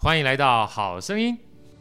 欢迎来到好声音。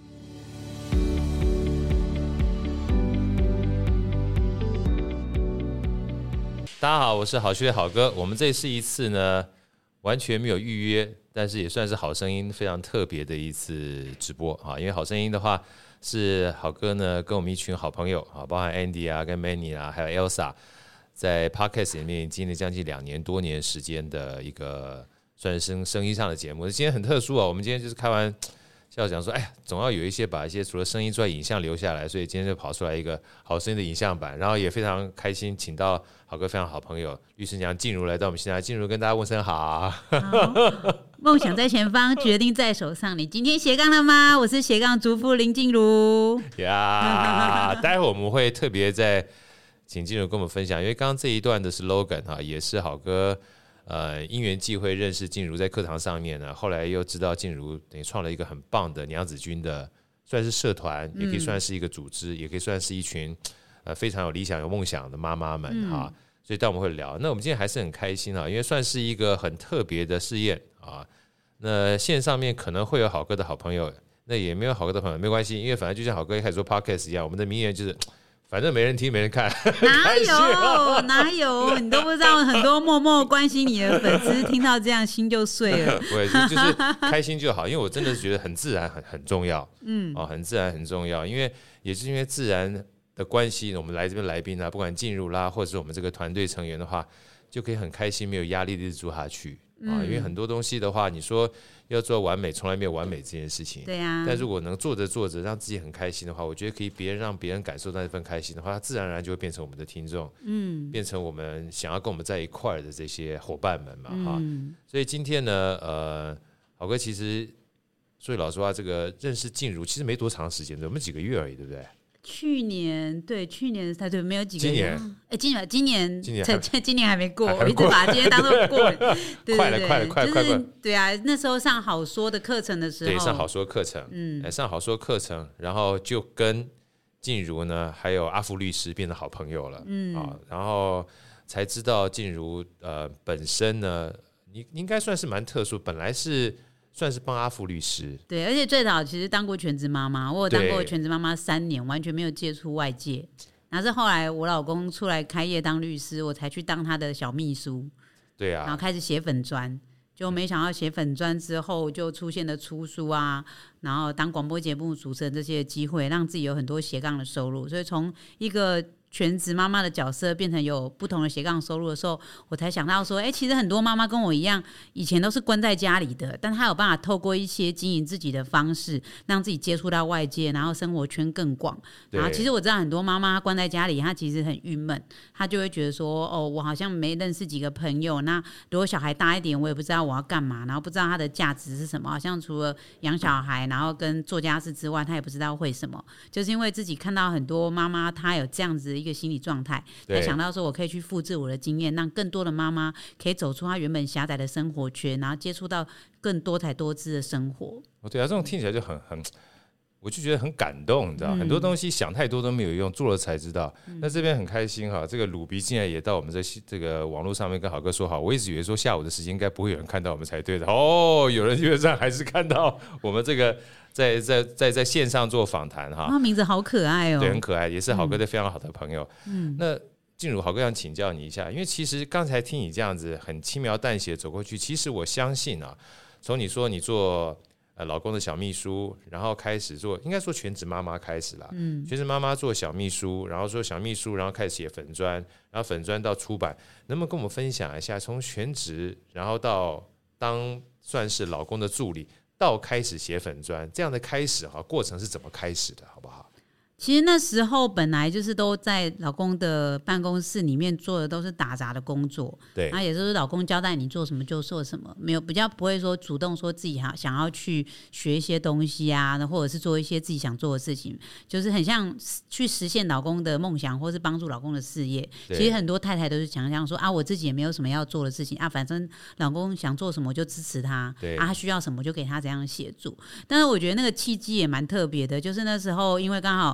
大家好，我是好学好哥。我们这是一次呢完全没有预约，但是也算是好声音非常特别的一次直播啊。因为好声音的话是好哥呢跟我们一群好朋友啊，包含 Andy 啊、跟 Manny 啊，还有 Elsa， 在 Podcast 里面经历将近2年多时间的一个算是声音上的节目。今天很特殊啊，我们今天就是开完笑讲说，哎呀，总要有一些把一些除了声音之外影像留下来，所以今天就跑出来一个好声音的影像版，然后也非常开心，请到好哥非常好朋友律师娘静茹来到我们现在。静茹跟大家问声好。 梦想在前方，决定在手上。你今天斜杠了吗？我是斜杠主妇林静茹呀。待会我们会特别再请静茹跟我们分享，因为刚刚这一段的 slogan 也是好哥因缘际会认识静茹，在课堂上面呢，后来又知道静茹等于创了一个很棒的娘子军的，算是社团，也可以算是一个组织，也可以算是一群非常有理想有梦想的妈妈们哈。所以待会我们会聊。那我们今天还是很开心因为算是一个很特别的试验啊。那线上面可能会有好哥的好朋友，那也没有好哥的朋友没关系，因为反正就像好哥一开始说 podcast 一样，我们的名言就是反正没人听没人看。 哪有你都不知道，很多默默关心你的粉丝听到这样心就碎了。 不会，就是开心就好，因为我真的觉得很自然很重要。很自然很重要，因为也是因为自然的关系，我们来这边来宾不管进入啦，或者是我们这个团队成员的话，就可以很开心没有压力的做下去。因为很多东西的话，你说要做完美，从来没有完美这件事情。 对啊。 但如果能做着做着让自己很开心的话，我觉得可以让别人感受到那份开心的话，自然而然就会变成我们的听众，变成我们想要跟我们在一块的这些伙伴们嘛，所以今天呢，好哥其实说句老实话，这个认识静茹其实没多长时间，我们几个月而已，对不对？ 去年才对，没有几个月。今年还没过，我一直把今天当作过。对，快了。对啊，那时候上好说的课程的时候， 对，上好说课程，上好说课程，然后就跟静茹呢，还有阿福律师变成好朋友了。然后才知道静茹本身呢，你应该算是蛮特殊，本来是算是帮阿福律师。 对，而且最早其实当过全职妈妈，我有当过全职妈妈3年，完全没有接触外界。然后是后来我老公出来开业当律师，我才去当他的小秘书。 对啊， 然后开始写粉专，就没想到写粉专之后就出现了出书啊，然后当广播节目主持人这些机会，让自己有很多斜杠的收入。所以从一个全职妈妈的角色变成有不同的斜杠收入的时候，我才想到说，其实很多妈妈跟我一样，以前都是关在家里的，但她有办法透过一些经营自己的方式，让自己接触到外界，然后生活圈更广。然后其实我知道很多妈妈关在家里，她其实很郁闷，她就会觉得说，我好像没认识几个朋友，那如果小孩大一点，我也不知道我要干嘛，然后不知道她的价值是什么，好像除了养小孩，然后跟做家事之外，她也不知道会什么。就是因为自己看到很多妈妈，她有这样子一个心理状态，才想到说我可以去复制我的经验，让更多的妈妈可以走出她原本狭窄的生活圈，然后接触到更多彩多姿的生活。 对啊，这种听起来就很我就觉得很感动，你知道，很多东西想太多都没有用，做了才知道。那这边很开心哈，这个鲁比竟然也到我们这个网络上面跟好哥说好。我一直以为说下午的时间应该不会有人看到我们才对的，有人基本上还是看到我们这个在线上做访谈哈。 名字好可爱哦， 对，很可爱，也是好哥的非常好的朋友。那静茹，好哥想请教你一下，因为其实刚才听你这样子很轻描淡写走过去，其实我相信从你说你做老公的小秘书，然后开始做，应该说全职妈妈开始啦。全职妈妈做小秘书，然后做小秘书，然后开始写粉专，然后粉专到出版，能不能跟我们分享一下，从全职然后到当算是老公的助理，到开始写粉专这样的开始过程是怎么开始的，好不好？ 其实那时候本来就是都在老公的办公室里面做的都是打杂的工作， 对， 然后也就是老公交代你做什么就做什么，没有比较不会说主动说自己想要去学一些东西啊，或者是做一些自己想做的事情，就是很像去实现老公的梦想，或是帮助老公的事业。其实很多太太都是想象说我自己也没有什么要做的事情反正老公想做什么就支持他，他需要什么就给他怎样协助。但是我觉得那个契机也蛮特别的，就是那时候因为刚好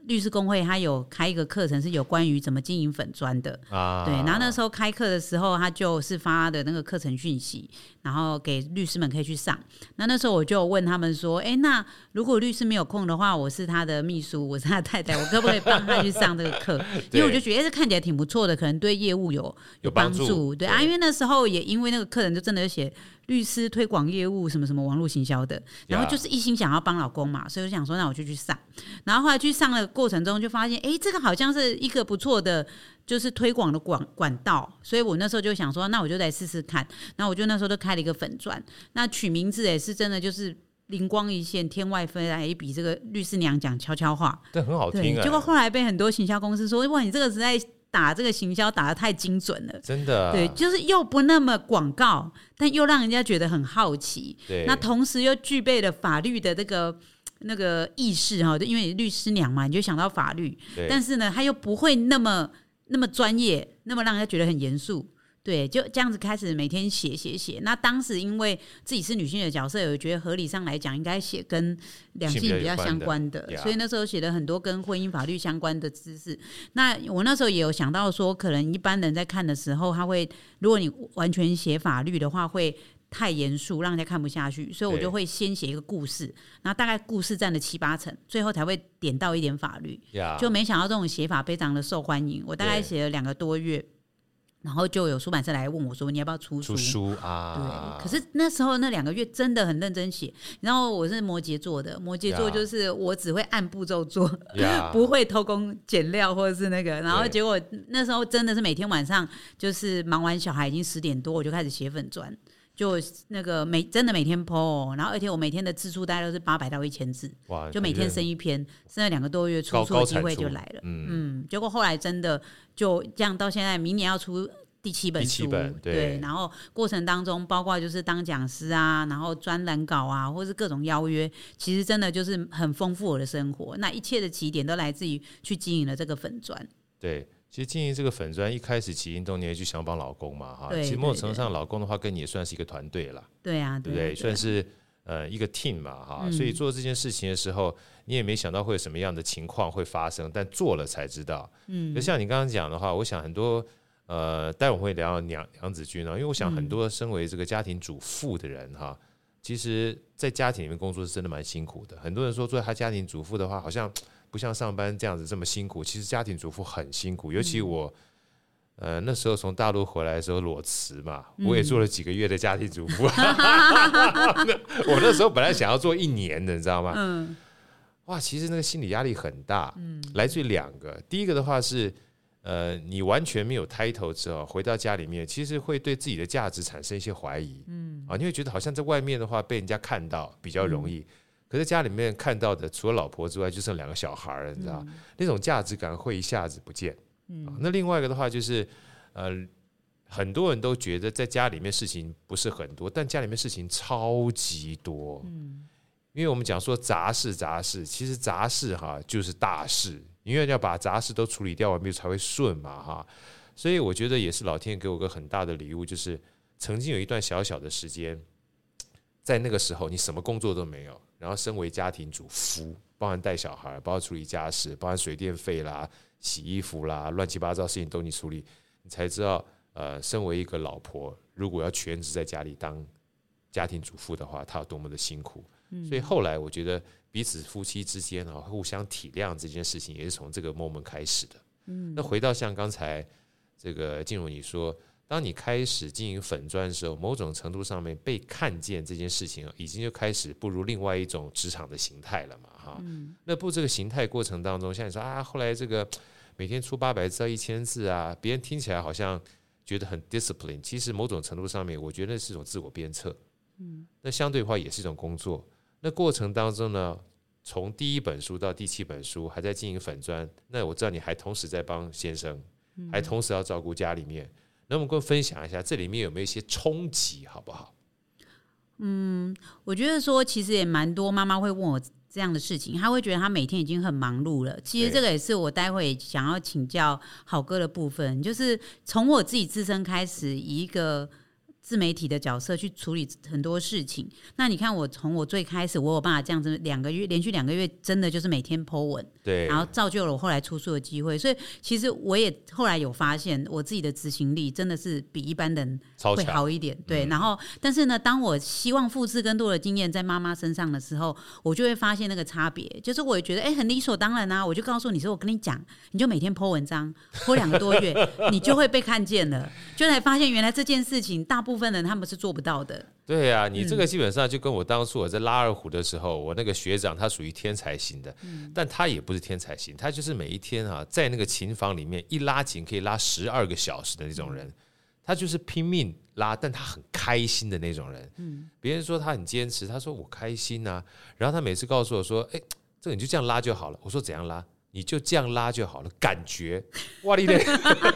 律师公会他有开一个课程是有关于怎么经营粉专的啊，对，然后那时候开课的时候他就是发的那个课程讯息，然后给律师们可以去上。那时候我就问他们说，那如果律师没有空的话，我是他的秘书，我是他的太太，我可不可以帮他去上这个课？因为我就觉得这看起来挺不错的，可能对业务有帮助。对啊，因为那时候也因为那个课程就真的写律师推广业务什么什么网络行销的，然后就是一心想要帮老公嘛，所以我想说那我就去上。然后后来去上的过程中就发现这个好像是一个不错的就是推广的管道，所以我那时候就想说那我就来试试看。然后我就那时候就开了一个粉专，那取名字也是真的就是灵光一现，天外飞来一笔这个律师娘讲悄悄话， 这很好听结果后来被很多行销公司说哇你这个实在打这个行销打得太精准了， 真的对，就是又不那么广告，但又让人家觉得很好奇， 对， 那同时又具备了法律的那个意识哈，因为律师娘嘛，你就想到法律，但是呢，他又不会那么专业，那么让人家觉得很严肃。对，就这样子开始每天写。那当时因为自己是女性的角色，我觉得合理上来讲应该写跟两性比较相关的，所以那时候写了很多跟婚姻法律相关的知识。那我那时候也有想到说，可能一般人在看的时候，他会如果你完全写法律的话，会太严肃，让人家看不下去，所以我就会先写一个故事，然后大概故事占了7、8成，最后才会点到一点法律。就没想到这种写法非常的受欢迎，我大概写了2个多月。然后就有出版社来问我说你要不要出书啊？对，可是那时候那2个月真的很认真写。然后我是摩羯座的，摩羯座就是我只会按步骤做，不会偷工减料或者是那个。然后结果那时候真的是每天晚上就是忙完小孩已经10点多，我就开始写粉专。就那个真的每天 po， 然后而且我每天的字数大概都是800到1000字，就每天生一篇，生了2个多月，出书的机会就来了。结果后来真的就这样到现在，明年要出第7本书，对，然后过程当中包括就是当讲师啊，然后专栏稿啊，或是各种邀约，其实真的就是很丰富我的生活。那一切的起点都来自于去经营了这个粉专。 对。其实经营这个粉专一开始起心动念就想帮老公嘛哈，其实某种程度上老公的话跟你也算是一个团队了，对啊，对不对？算是一个 team 嘛哈，所以做这件事情的时候，你也没想到会有什么样的情况会发生，但做了才知道。就像你刚刚讲的话，我想很多待会我会聊娘子军因为我想很多身为这个家庭主妇的人哈，其实在家庭里面工作是真的蛮辛苦的。很多人说做他家庭主妇的话，好像不像上班这样子这么辛苦，其实家庭主妇很辛苦，尤其我那时候从大陆回来的时候裸辞嘛，我也做了几个月的家庭主妇。我那时候本来想要做1年的，你知道吗？哇，其实那个心理压力很大，来自于2个。第一个的话是你完全没有 title 之后回到家里面，其实会对自己的价值产生一些怀疑，你会觉得好像在外面的话被人家看到比较容易。可是家里面看到的除了老婆之外就剩2个小孩了，你知道那种价值感会一下子不见。那另外一个的话就是很多人都觉得在家里面事情不是很多，但家里面事情超级多。因为我们讲说杂事，其实杂事哈就是大事，因为要把杂事都处理掉完毕才会顺嘛哈。所以我觉得也是老天爷给我个很大的礼物，就是曾经有一段小小的时间，在那个时候你什么工作都没有，然后身为家庭主夫，包含带小孩，包括处理家事，包含水电费啦、洗衣服啦，乱七八糟事情都你处理，你才知道身为一个老婆，如果要全职在家里当家庭主妇的话，她有多么的辛苦。所以后来我觉得彼此夫妻之间互相体谅这件事情，也是从这个 moment 开始的。那回到像刚才这个静茹你说，当你开始经营粉专的时候，某种程度上面被看见这件事情已经就开始步入另外一种职场的形态了嘛哈。那步这个形态过程当中，像你说后来这个每天出800字到1000字啊，别人听起来好像觉得很 discipline， 其实某种程度上面我觉得是一种自我鞭策。那相对的话也是一种工作。那过程当中呢，从第1本书到第7本书还在经营粉专，那我知道你还同时在帮先生，还同时要照顾家里面，那我们跟我分享一下这里面有没有一些冲击好不好？ 我觉得说其实也蛮多妈妈会问我这样的事情，她会觉得她每天已经很忙碌了。其实这个也是我待会想要请教好哥的部分，就是从我自己自身开始，以一个自媒体的角色去处理很多事情。那你看我从我最开始，我有办法这样子连续2个月，真的就是每天 po 文， 对， 然后造就了我后来出书的机会。所以其实我也后来有发现，我自己的执行力真的是比一般人会好一点。对，然后但是呢，当我希望复制更多的经验在妈妈身上的时候，我就会发现那个差别，就是我也觉得很理所当然啊，我就告诉你说，我跟你讲，你就每天 po 文章 po 2个多月，你就会被看见了，就才发现原来这件事情大部分人他们是做不到的。 对啊，你这个基本上就跟我当初我在拉二胡的时候，我那个学长他属于天才型的，但他也不是天才型，他就是每一天啊在那个琴房里面一拉琴可以拉12个小时的那种人，他就是拼命拉，但他很开心的那种人。别人说他很坚持，他说我开心啊，然后他每次告诉我说，这个你就这样拉就好了。我说怎样拉？你就这样拉就好了，感觉哇哩嘞！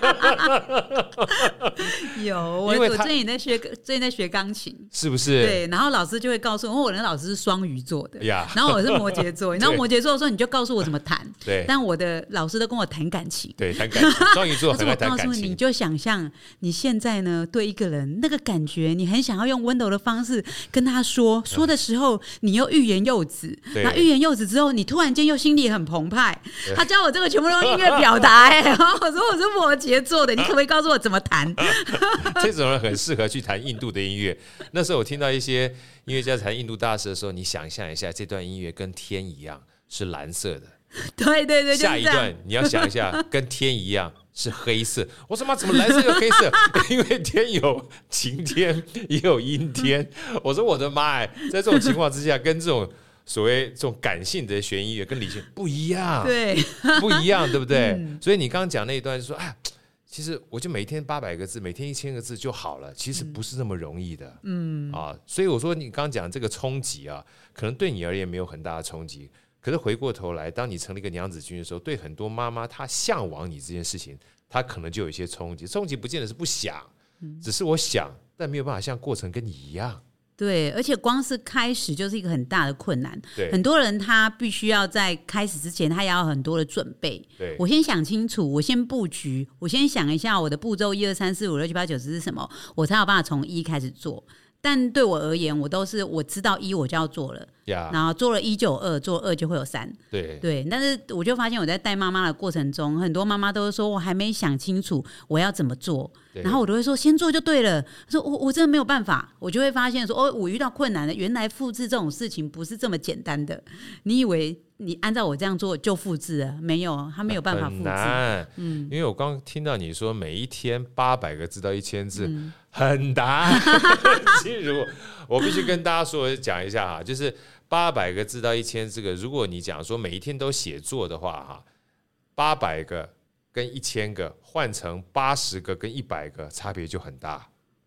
有，我最近在学钢琴， 是不是？ 对，然后老师就会告诉我，我的老师是双鱼座的， 呀， 然后我是摩羯座，然后摩羯座的时候你就告诉我怎么弹， 对， 但我的老师都跟我谈感情， 对，谈感情，双鱼座很爱谈感情。 我告诉你就想象你现在呢对一个人那个感觉，你很想要用温柔的方式跟他说的时候，你又欲言又止，那欲言又止之后，你突然间又心里很澎湃。他教我这个全部都音乐表达，然后我说我是摩羯座的，你可不可以告诉我怎么弹？ 这种人很适合去弹印度的音乐。那时候我听到一些音乐家弹印度大师的时候，你想象一下，这段音乐跟天一样是蓝色的， 对对对， 下一段你要想一下，跟天一样是黑色。我说妈，怎么蓝色又黑色？因为天有晴天，也有阴天。我说我的妈哎，在这种情况之下，跟这种所谓这种感性的弦音乐跟理性不一样， 对， 不一样，对不对？所以你刚刚讲那一段就说，其实我就每天800个字，每天1000个字就好了，其实不是那么容易的，所以我说你刚刚讲这个冲击啊，可能对你而言没有很大的冲击，可是回过头来，当你成立一个娘子军的时候，对很多妈妈她向往你这件事情，她可能就有一些冲击，冲击不见得是不想，只是我想，但没有办法像过程跟你一样。 对，而且光是开始就是一个很大的困难。 对， 很多人他必须要在开始之前，他也要有很多的准备。 对， 我先想清楚，我先布局，我先想一下我的步骤1、2、3、4、5、6、7、8、9、10是什么，我才有办法从1开始做。但对我而言，我知道1我就要做了，然后做了1就有2，做了2就会有3。对，但是我就发现我在带妈妈的过程中，很多妈妈都说我还没想清楚我要怎么做，然后我都会说先做就对了。说我真的没有办法，我就会发现说我遇到困难了，原来复制这种事情不是这么简单的。你以为你按照我这样做就复制了？没有，他没有办法复制。很难，因为我刚听到你说每一天800个字到1000字，很难。其实我必须跟大家说讲一下哈，就是800个字到1000字个，如果你讲说每一天都写作的话哈，800个跟1000个换成80个跟100个，差别就很大。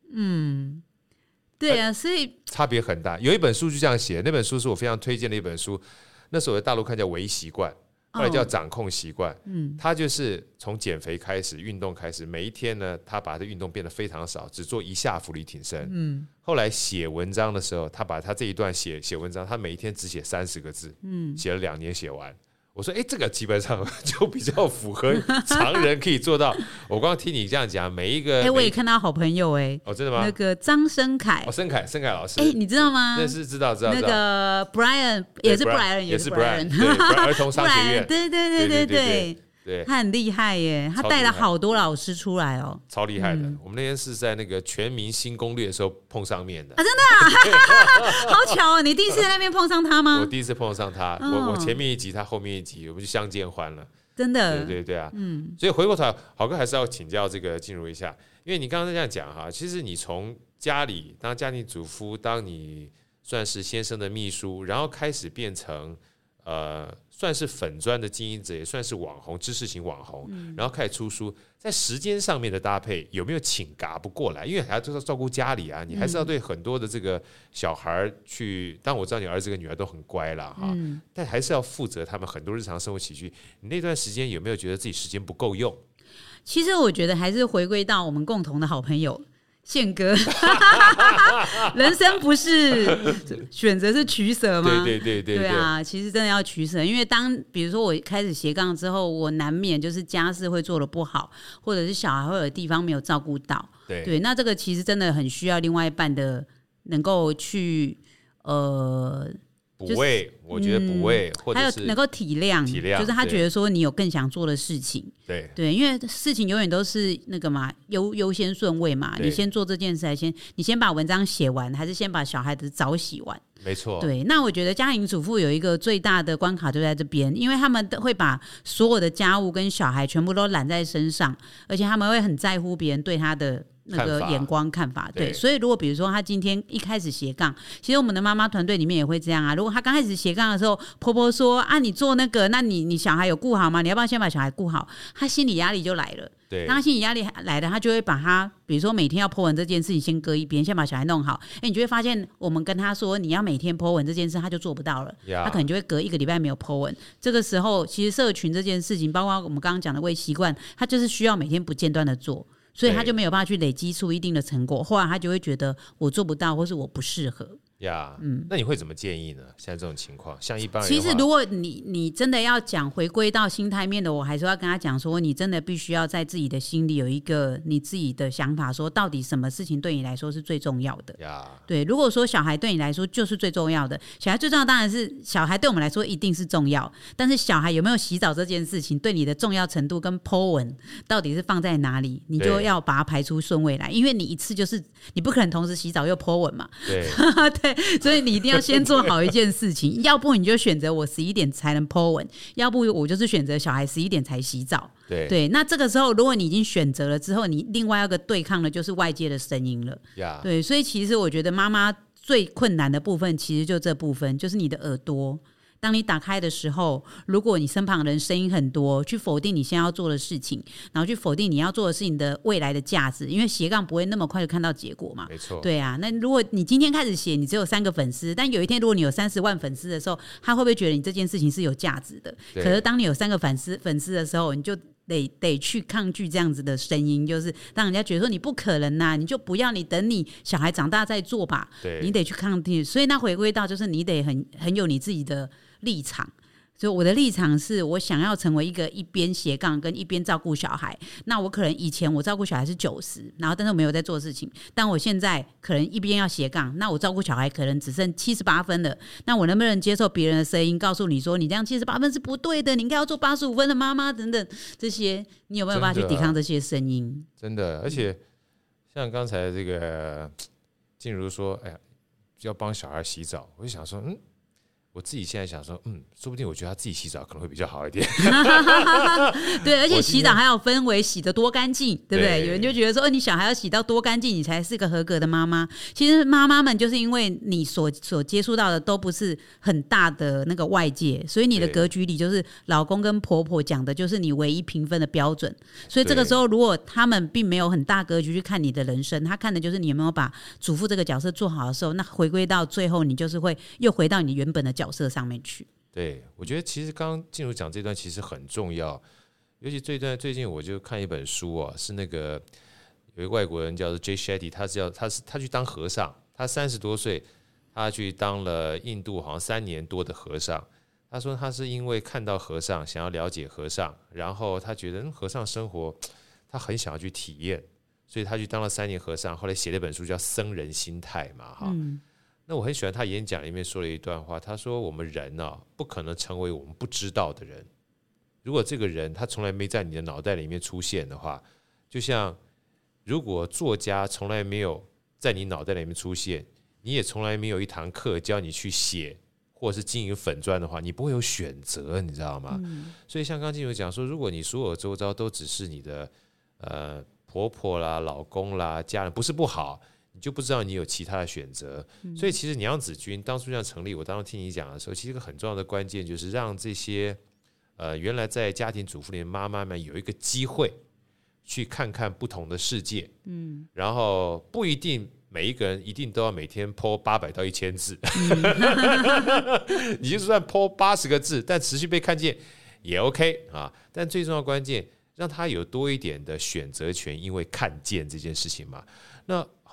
对啊，所以差别很大。有一本书就这样写，那本书是我非常推荐的一本书。那时候我在大陆看叫微习惯，后来叫掌控习惯。他就是从减肥开始，运动开始，每一天呢，他把这运动变得非常少，只做1下伏地挺身。后来写文章的时候，他把他这一段写文章，他每一天只写30个字，写了2年写完。我说这个基本上就比较符合常人可以做到。我刚刚听你这样讲，每一个我也看到好朋友真的吗？ 那个张生凯， 生凯老师， 你知道吗？ 那是知道那个 Brian 也是 Brian， 对，儿童商学院， 对，他很厉害耶，他带了好多老师出来超厉害的。我们那天是在那个全民新攻略的时候碰上面的真的好巧你第一次在那边碰上他吗？ 我第一次碰上他，我前面一集，他后面一集，我们就相见欢了， 真的。 对啊，所以回过头来，好哥还是要请教这个静茹一下，因为你刚刚这样讲哈，其实你从家里当家庭主妇，当你算是先生的秘书，然后开始变成算是粉专的经营者，也算是网红，知识型网红，然后开始出书，在时间上面的搭配有没有请嘎不过来？因为还要照顾家里啊，你还是要对很多的这个小孩去。当然我知道你儿子跟女儿都很乖啦哈，但还是要负责他们很多日常生活起居。你那段时间有没有觉得自己时间不够用？ 其实我觉得还是回归到我们共同的好朋友宪哥，人生不是选择是取舍吗？对啊，其实真的要取舍，因为比如说我开始斜杠之后，我难免就是家事会做得不好，或者是小孩会有地方没有照顾到，对，那这个其实真的很需要另外一半的能够去补位，我觉得补位，或者是还有能够体谅，就是他觉得说你有更想做的事情，对，因为事情永远都是那个嘛，优先顺位嘛，你先做这件事，你先把文章写完，还是先把小孩子澡洗完？ 没错， 对。那我觉得家庭主妇有一个最大的关卡就在这边，因为他们会把所有的家务跟小孩全部都揽在身上，而且他们会很在乎别人对他的那个眼光看法，对，所以如果比如说他今天一开始斜杠，其实我们的妈妈团队里面也会这样啊。如果他刚开始斜杠的时候，婆婆说啊，你做那个，那你小孩有顾好吗？你要不要先把小孩顾好？他心理压力就来了。 对， 当他心理压力来了，他就会把他，比如说每天要 po 文这件事情先搁一边，先把小孩弄好。你就会发现，我们跟他说你要每天 po 文这件事，他就做不到了。他可能就会隔1个礼拜没有 po 文。这个时候，其实社群这件事情，包括我们刚刚讲的微习惯，他就是需要每天不间断的做。所以他就没有办法去累积出一定的成果，后来他就会觉得我做不到，或是我不适合。 那你会怎么建议呢？现在这种情况，像一般人其实如果你真的要讲回归到心态面的，我还是要跟他讲说，你真的必须要在自己的心里有一个你自己的想法，说到底什么事情对你来说是最重要的。对，如果说小孩对你来说就是最重要的，小孩最重要当然是小孩对我们来说一定是重要，但是小孩有没有洗澡这件事情对你的重要程度跟 po 文到底是放在哪里，你就要把它排出顺位来，因为你一次就是你不可能同时洗澡又 po 文嘛。对，所以你一定要先做好一件事情，要不你就选择我11点才能 po 文，要不我就是选择小孩11点才洗澡。对，那这个时候如果你已经选择了之后，你另外一个对抗的就是外界的声音了。对，所以其实我觉得妈妈最困难的部分其实就这部分，就是你的耳朵。当你打开的时候，如果你身旁的人声音很多，去否定你现在要做的事情，然后去否定你要做的事情的未来的价值，因为斜杠不会那么快就看到结果嘛。 没错， 对啊。那如果你今天开始写，你只有3个粉丝，但有一天如果你有30万粉丝的时候，他会不会觉得你这件事情是有价值的？可是当你有3个粉丝的时候，你就得去抗拒这样子的声音，就是让人家觉得说你不可能啊，你就不要，你等你小孩长大再做吧。你得去抗拒。所以那回归到就是你得很有你自己的立场。所以我的立场是我想要成为一边斜杠跟一边照顾小孩。那我可能以前我照顾小孩是90%，然后但是我没有在做事情，但我现在可能一边要斜杠，那我照顾小孩可能只剩78分了。那我能不能接受别人的声音告诉你说你这样78分是不对的，你应该要做85分的妈妈等等，这些你有没有办法去抵抗这些声音？ 真的，而且像刚才这个静茹说哎呀要帮小孩洗澡，我就想说我自己现在想说，说不定我觉得他自己洗澡可能会比较好一点。 对，而且洗澡还有分为洗得多干净，对不对？有人就觉得说，你小孩要洗到多干净，你才是个合格的妈妈。其实妈妈们就是因为你所接触到的都不是很大的那个外界，所以你的格局里就是老公跟婆婆讲的就是你唯一评分的标准。所以这个时候，如果他们并没有很大格局去看你的人生，他看的就是你有没有把主妇这个角色做好的时候，那回归到最后，你就是会又回到你原本的角色上面去。 对，我觉得其实刚刚静茹讲这段其实很重要，尤其最近我就看一本书是那个有一个外国人叫做 Jay Shetty， 他去当和尚，他30多岁，他去当了印度好像3年多的和尚。他说他是因为看到和尚，想要了解和尚，然后他觉得和尚生活他很想要去体验，所以他去当了3年和尚，后来写了一本书叫《僧人心态》嘛，那我很喜欢他演讲里面说了一段话，他说我们人不可能成为我们不知道的人。如果这个人他从来没在你的脑袋里面出现的话，就像如果作家从来没有在你脑袋里面出现，你也从来没有一堂课教你去写或者是经营粉专的话，你不会有选择，你知道吗？所以像刚刚静茹讲说，如果你所有周遭都只是你的婆婆啦、老公啦、家人，不是不好，你就不知道你有其他的选择。所以其实娘子军当初这样成立，我当时听你讲的时候，其实一个很重要的关键就是让这些原来在家庭主妇里的妈妈们有一个机会去看看不同的世界。然后不一定每一个人一定都要每天 po 800到1000字，你就算 po 80个字，但持续被看见也 OK 啊。但最重要的关键，让他有多一点的选择权，因为看见这件事情嘛。那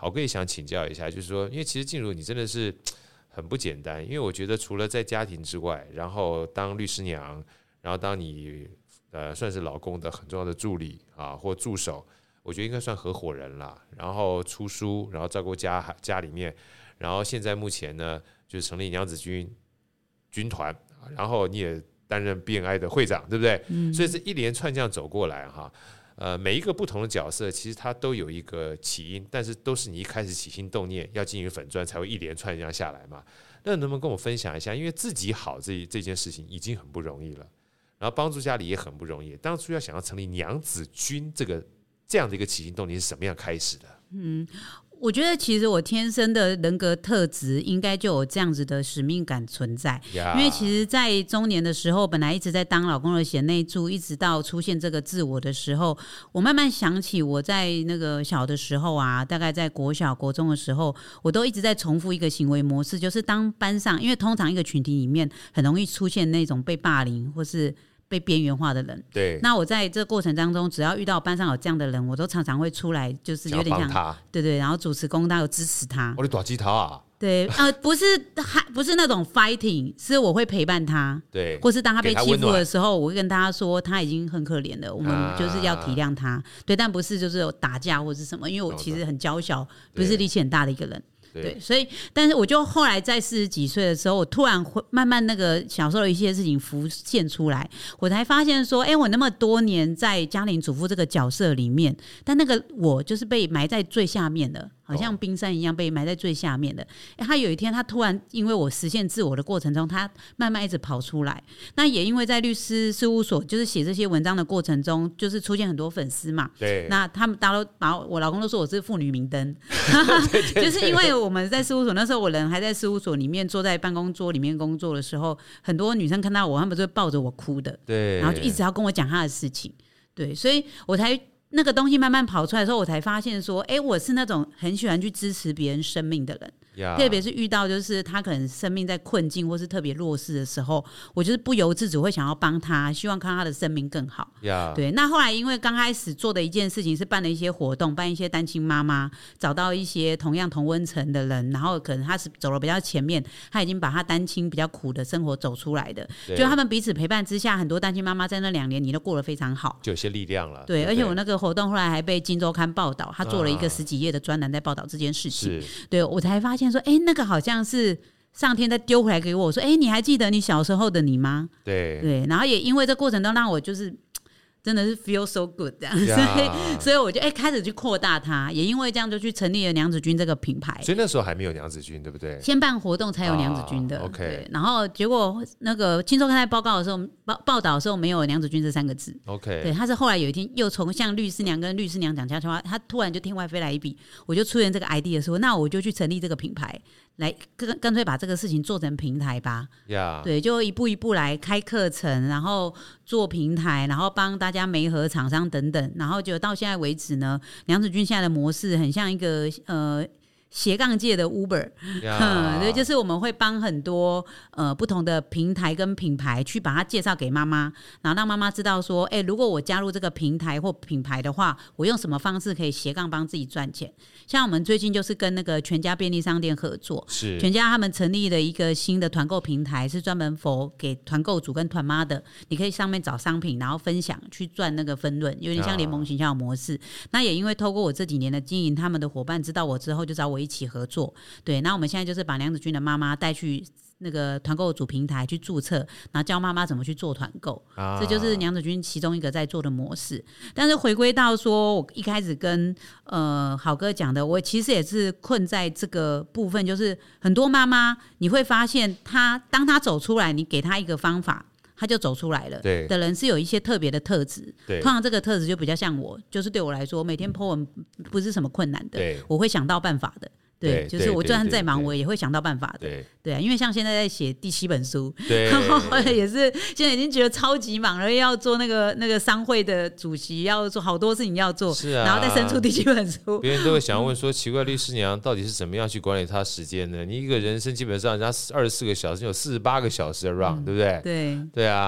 好哥也想请教一下，就是说，因为其实静茹你真的是很不简单，因为我觉得除了在家庭之外，然后当律师娘，然后当你算是老公的很重要的助理啊或助手，我觉得应该算合伙人啦。然后出书，然后照顾家里面，然后现在目前呢就是成立娘子军团，然后你也担任 BNI 的会长，对不对？所以是一连串这样走过来哈。每一个不同的角色，其实它都有一个起因，但是都是你一开始起心动念要经营粉专，才会一连串这样下来嘛。那能不能跟我分享一下？因为自己好这件事情已经很不容易了，然后帮助家里也很不容易。当初想要成立娘子军这样的一个起心动念是什么样开始的？ 我觉得其实我天生的人格特质应该就有这样子的使命感存在，因为其实在中年的时候本来一直在当老公的贤内助，一直到出现这个自我的时候，我慢慢想起我在那个小的时候啊，大概在国小国中的时候，我都一直在重复一个行为模式，就是当班上，因为通常一个群体里面很容易出现那种被霸凌或是被边缘化的人， 对， 那我在这过程当中，只要遇到班上有这样的人，我都常常会出来，就是有点像对，然后主持公道，有支持他。 我的大鸡头啊， 对，不是那种 fighting， 是我会陪伴他， 对， 或是当他被欺负的时候，我会跟他说他已经很可怜了，我们就是要体谅他，对，但不是就是有打架或是什么，因为我其实很娇小，不是力气很大的一个人。对，所以，但是我就后来在40几岁的时候，我突然慢慢那个小时候的一些事情浮现出来，我才发现说，我那么多年在家庭主妇这个角色里面，但那个我就是被埋在最下面的，好像冰山一样被埋在最下面的。他有一天，他突然因为我实现自我的过程中，他慢慢一直跑出来。那也因为在律师事务所，就是写这些文章的过程中，就是出现很多粉丝嘛。 对， 那他们大家都把我老公都说我是妇女明灯，就是因为我们在事务所那时候，我人还在事务所里面坐在办公桌里面工作的时候，很多女生看到我，她们就会抱着我哭的， 对， 然后就一直要跟我讲她的事情，对，所以我才那个东西慢慢跑出来的时候，我才发现说，我是那种很喜欢去支持别人生命的人。特别是遇到就是他可能生命在困境或是特别弱势的时候，我就是不由自主会想要帮他，希望看他的生命更好。对，那后来因为刚开始做的一件事情是办了一些活动，办一些单亲妈妈，找到一些同样同温层的人，然后可能他是走了比较前面，他已经把他单亲比较苦的生活走出来的，就他们彼此陪伴之下，很多单亲妈妈在那2年你都过得非常好， 就有些力量了。 对，而且我那个活动后来还被金周刊报道，他做了一个10几页的专栏在报道这件事情。对，我才发现说，那个好像是上天再丢回来给我说，你还记得你小时候的你吗？对，然后也因为这过程中让我就是真的是 feel so good 这样，所以我就开始去扩大它，也因为这样就去成立了娘子军这个品牌。 所以那时候还没有娘子军，对不对？ 先办活动才有娘子军的。 OK， 然后结果那个青周刊在报道的时候没有娘子军这3个字。 OK， 对，他是后来有一天又从像律师娘跟律师娘讲悄悄话，他突然就天外飞来一笔，我就出现这个 idea 说，那我就去成立这个品牌。来干脆把这个事情做成平台吧。对，就一步一步来开课程，然后做平台，然后帮大家媒合厂商等等，然后就到现在为止呢，娘子军现在的模式很像一个斜杠界的 Uber， 对，就是我们会帮很多不同的平台跟品牌去把它介绍给妈妈，然后让妈妈知道说，如果我加入这个平台或品牌的话，我用什么方式可以斜杠帮自己赚钱。像我们最近就是跟那个全家便利商店合作， 是全家他们成立了一个新的团购平台，是专门给团购主跟团妈的，你可以上面找商品，然后分享去赚那个分润，有点像联盟行销模式。那也因为透过我这几年的经营，他们的伙伴知道我之后就找我一起合作。对，那我们现在就是把娘子军的妈妈带去那个团购主平台去注册，然后教妈妈怎么去做团购，这就是娘子军其中一个在做的模式。但是回归到说我一开始跟好哥讲的，我其实也是困在这个部分，就是很多妈妈你会发现当她走出来，你给她一个方法他就走出来了的人是有一些特别的特质，通常这个特质就比较像我，就是对我来说每天 po 文不是什么困难的，我会想到办法的。对，就是我就算再忙，我也会想到办法的。对啊，因为像现在在写第7本书，然后也是现在已经觉得超级忙了，要做那个商会的主席，要做好多事情要做，然后再生出第7本书。 别人都会想问说，奇怪，律师娘到底是怎么样去管理她时间呢？你一个人生基本上人家24个小时，有48个小时的 run，对不对？ 对啊。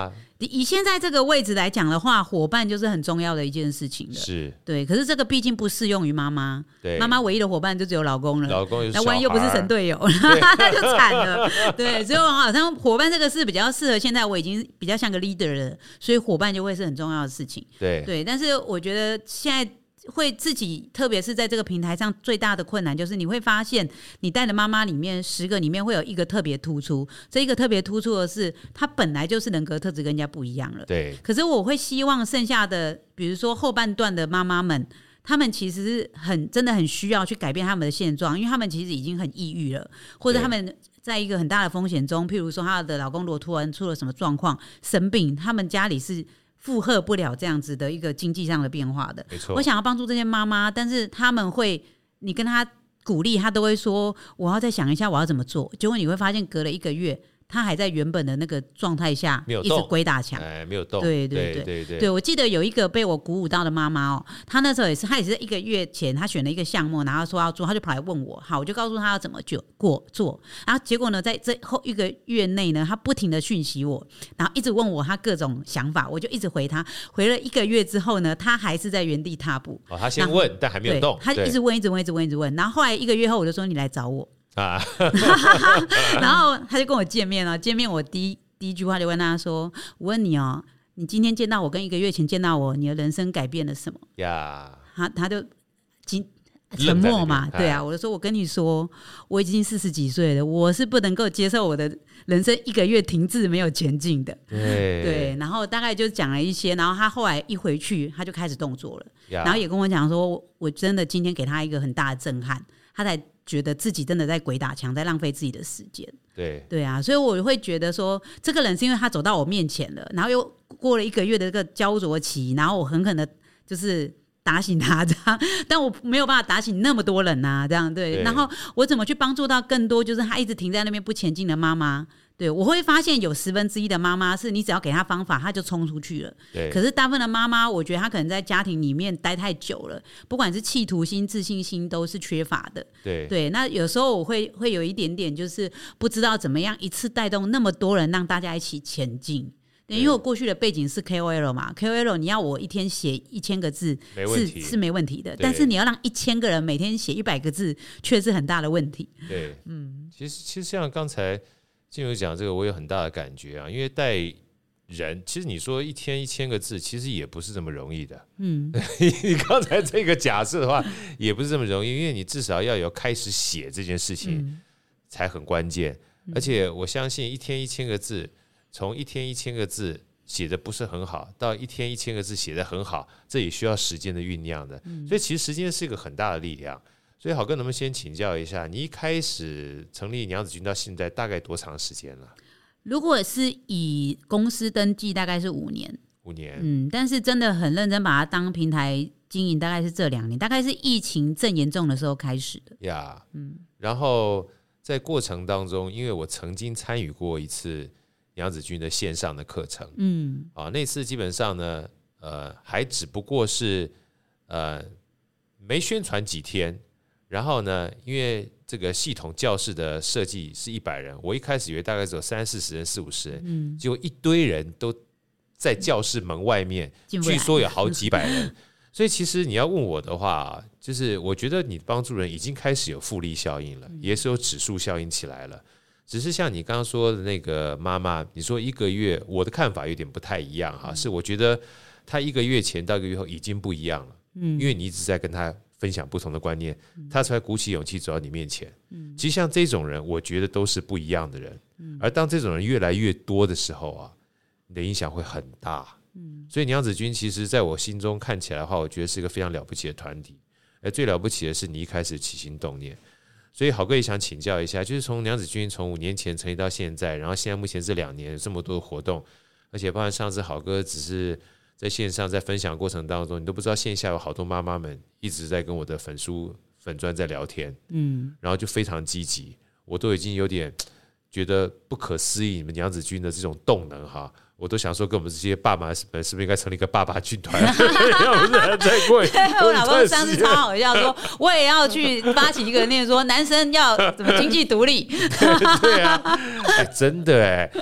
以现在这个位置来讲的话，伙伴就是很重要的一件事情了。 是， 对。可是这个毕竟不适用于妈妈， 对， 妈妈唯一的伙伴就只有老公了， 老公又是那万一又不是神队友，那就惨了。对，所以好像伙伴这个是比较适合现在我已经比较像个 leader 了，所以伙伴就会是很重要的事情。对，但是我觉得现在会自己，特别是在这个平台上，最大的困难就是你会发现，你带的妈妈里面10个里面会有一个特别突出，这一个特别突出的是，她本来就是人格特质跟人家不一样了。 对。 可是我会希望剩下的，比如说后半段的妈妈们，他们其实真的很需要去改变他们的现状，因为他们其实已经很抑郁了，或者他们在一个很大的风险中，譬如说她的老公如果突然出了什么状况生病，他们家里是负荷不了这样子的一个经济上的变化的。 没错， 我想要帮助这些妈妈，但是他们会，你跟他鼓励，他都会说我要再想一下我要怎么做。结果你会发现，隔了1个月，他还在原本的那个状态下一直鬼打墙， 没有动。 对，我记得有一个被我鼓舞到的妈妈哦，她那时候她也是1个月前，她选了一个项目，然后说要做，她就跑来问我，好，我就告诉她要怎么做，然后结果呢，在这后1个月内呢，她不停的讯息我，然后一直问我她各种想法，我就一直回她，回了1个月之后呢，她还是在原地踏步。 她先问，但还没有动， 她一直问，然后后来1个月后，我就说你来找我。然后他就跟我见面了，见面我第一句话就问他说：“我问你哦，你今天见到我跟1个月前见到我，你的人生改变了什么？”他就沉默嘛，对啊，我就说我跟你说，我已经40几岁了，我是不能够接受我的人生1个月停滞没有前进的。对，然后大概就讲了一些，然后他后来一回去，他就开始动作了，然后也跟我讲说，我真的今天给他一个很大的震撼，他才觉得自己真的在鬼打墙，在浪费自己的时间。对啊，所以我会觉得说，这个人是因为他走到我面前了，然后又过了1个月的这个焦灼期，然后我狠狠的就是打醒他这样，但我没有办法打醒那么多人啊，这样 对。然后我怎么去帮助到更多就是他一直停在那边不前进的妈妈？对，我会发现有1/10的妈妈是你只要给她方法，她就冲出去了。可是大部分的妈妈，我觉得她可能在家庭里面待太久了，不管是企图心、自信心都是缺乏的。对，那有时候我会有一点点，就是不知道怎么样一次带动那么多人，让大家一起前进。对，因为我过去的背景是 KOL 嘛 ，KOL 你要我一天写1000个字是没问题的，但是你要让1000个人每天写100个字，却是很大的问题。 对，其实像刚才静茹讲这个，我有很大的感觉啊，因为带人，其实你说一天1000个字，其实也不是这么容易的。你刚才这个假设的话，也不是这么容易，因为你至少要有开始写这件事情才很关键。而且我相信一天1000个字，从一天1000个字写的不是很好，到一天1000个字写的很好，这也需要时间的酝酿的。所以其实时间是一个很大的力量。所以好哥能不能先请教一下，你一开始成立娘子军到现在大概多长时间了？ 如果是以公司登记，大概是5年。 5年， 但是真的很认真把它当平台经营，大概是这2年，大概是疫情正严重的时候开始的。 然后在过程当中，因为我曾经参与过一次娘子军的线上的课程，那次基本上呢，还只不过是没宣传几天。然后呢，因为这个系统教室的设计是100人，我一开始以为大概只有30-40人、40-50人，结果一堆人都在教室门外面，据说有好几百人。所以其实你要问我的话，就是我觉得你帮助人已经开始有复利效应了，也是有指数效应起来了。只是像你刚刚说的那个妈妈，你说1个月，我的看法有点不太一样哈，是我觉得她1个月前到1个月后已经不一样了，因为你一直在跟她分享不同的观念，他才鼓起勇气走到你面前。其实像这种人，我觉得都是不一样的人。而当这种人越来越多的时候啊，你的影响会很大。所以娘子军其实在我心中看起来的话，我觉得是一个非常了不起的团体。而最了不起的是你一开始起心动念。所以好哥也想请教一下，就是从娘子军从5年前成立到现在，然后现在目前这2年有这么多的活动，而且包括上次好哥只是在线上在分享的过程当中，你都不知道线下有好多妈妈们一直在跟我的粉专在聊天，然后就非常积极，我都已经有点觉得不可思议，你们娘子军的这种动能哈，我都想说跟我们这些爸爸们是不是应该成立一个爸爸军团？再过我老公上次超好笑说，我也要去发起一个念说男生要怎么经济独立。 对啊，真的因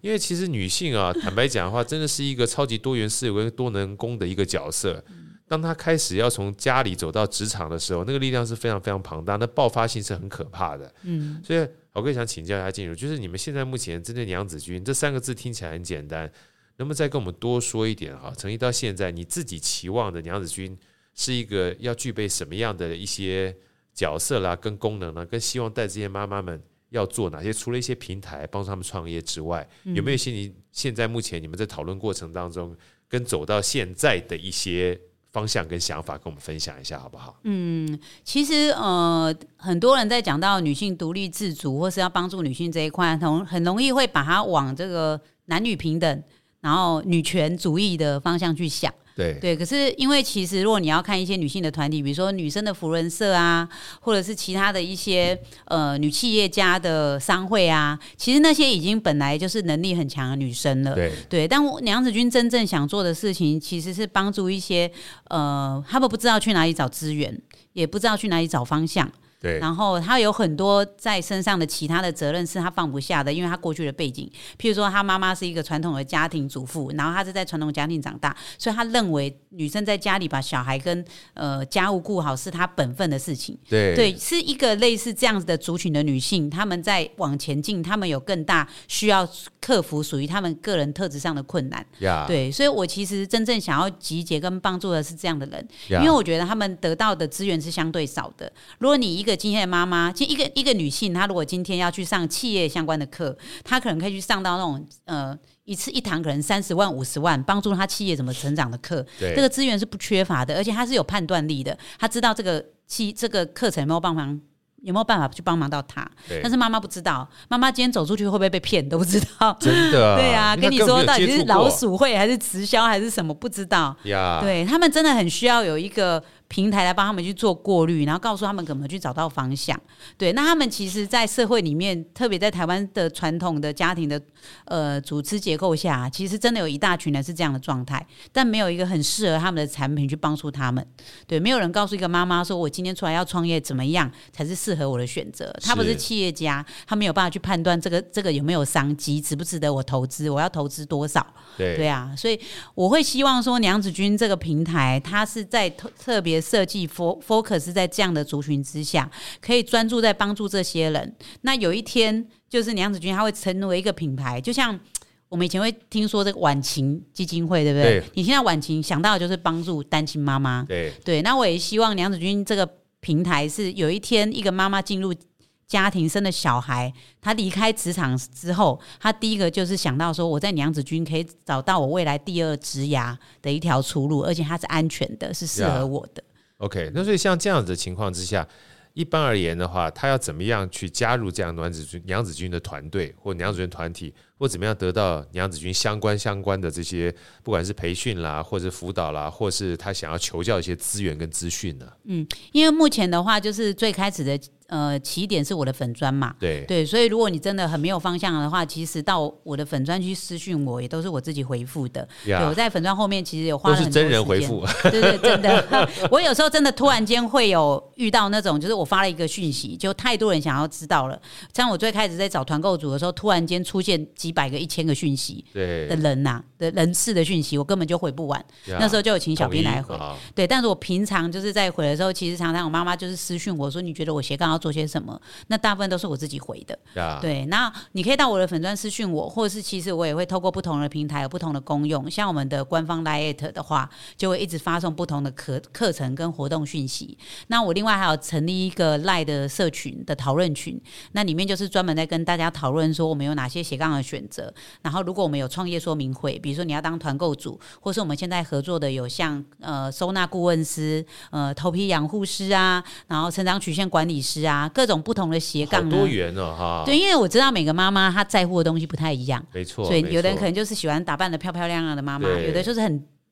因为其实女性啊，坦白讲的话，真的是一个超级多元思维、多能工的一个角色。当她开始要从家里走到职场的时候，那个力量是非常非常庞大，那爆发性是很可怕的。所以好哥想请教一下静茹，就是你们现在目前针对娘子军这3个字听起来很简单，能不能再跟我们多说一点哈？成立到现在，你自己期望的娘子军是一个要具备什么样的一些角色啦、跟功能啦，跟希望带这些妈妈们要做哪些？除了一些平台帮助他们创业之外，有没有一些你现在目前你们在讨论过程当中，跟走到现在的一些方向跟想法，跟我们分享一下好不好？ 其实很多人在讲到女性独立自主，或是要帮助女性这一块，很容易会把它往这个男女平等，然后女权主义的方向去想。对，可是因为其实如果你要看一些女性的团体，比如说女生的扶轮社啊，或者是其他的一些女企业家的商会啊，其实那些已经本来就是能力很强的女生了。对，但娘子军真正想做的事情，其实是帮助一些他们不知道去哪里找资源，也不知道去哪里找方向。 对， 然后他有很多在身上的其他的责任是他放不下的，因为他过去的背景，譬如说他妈妈是一个传统的家庭主妇，然后他是在传统家庭长大，所以他认为女生在家里把小孩跟家务顾好是他本分的事情。对，是一个类似这样子的族群的女性，他们在往前进，他们有更大需要克服属于他们个人特质上的困难。对，所以我其实真正想要集结跟帮助的是这样的人，因为我觉得他们得到的资源是相对少的。如果你一个今天的妈妈，一个女性，她如果今天要去上企业相关的课，她可能可以去上到那种一堂可能30万50万，帮助她企业怎么成长的课。这个资源是不缺乏的，而且她是有判断力的，她知道这个课程有没有办法去帮忙到他。但是妈妈不知道，妈妈今天走出去会不会被骗都不知道。 真的对啊，跟你说到底是老鼠会还是直销还是什么不知道。对，他们真的很需要有一个平台来帮他们去做过滤，然后告诉他们怎么去找到方向。对，那他们其实在社会里面，特别在台湾的传统的家庭的组织结构下，其实真的有一大群人是这样的状态，但没有一个很适合他们的产品去帮助他们。对，没有人告诉一个妈妈说，我今天出来要创业怎么样才是适合我的选择。他不是企业家，他没有办法去判断这个有没有商机，值不值得我投资，我要投资多少。对啊，所以我会希望说娘子军这个平台，它是在特别设计 focus 在这样的族群之下，可以专注在帮助这些人。那有一天就是娘子军它会成为一个品牌，就像我们以前会听说这个晚晴基金会，对不对？你现在晚晴想到的就是帮助单亲妈妈。对，那我也希望娘子军这个平台是有一天一个妈妈进入家庭生了小孩，她离开职场之后，她第一个就是想到说，我在娘子军可以找到我未来第二职涯的一条出路，而且它是安全的，是适合我的。 OK， 那所以像这样子的情况之下，一般而言的话，他要怎么样去加入这样娘子军的团队或娘子军团体，或怎么样得到娘子军相关的这些，不管是培训啦，或者辅导啦，或是他想要求教一些资源跟资讯呢？ 因为目前的话，就是最开始的起点是我的粉专嘛，对，所以如果你真的很没有方向的话，其实到我的粉专去私讯我，也都是我自己回复的。对，我在粉专后面其实有花了很多时间， 都是真人回复。 对，真的。我有时候真的突然間会有遇到那种，就是我发了一个讯息，就太多人想要知道了。像我最开始在找团购组的时候，突然间出现几百个、1000个讯息的人呐，的人事的讯息，我根本就回不完。那时候就有请小编来回。对，但是我平常就是在回的时候，其实常常我妈妈就是私讯我说，你觉得我斜杠要做些什么？那大部分都是我自己回的。对，那你可以到我的粉专私讯我，或者是其实我也会透过不同的平台有不同的功用，像我们的官方 LINE 的话，就会一直发送不同的课程跟活动讯息。那我另外还有成立一个 LINE 的社群的讨论群，那里面就是专门在跟大家讨论说我们有哪些斜杠的选择，然后如果我们有创业说明会，比如说你要当团购组，或是我们现在合作的有像收纳顾问师、头皮养护师啊，然后成长曲线管理师啊，各种不同的斜杠， 好多元哦哈。 对，因为我知道每个妈妈她在乎的东西不太一样， 没错， 所以有的人可能就是喜欢打扮的漂漂亮亮的妈妈，有的就是很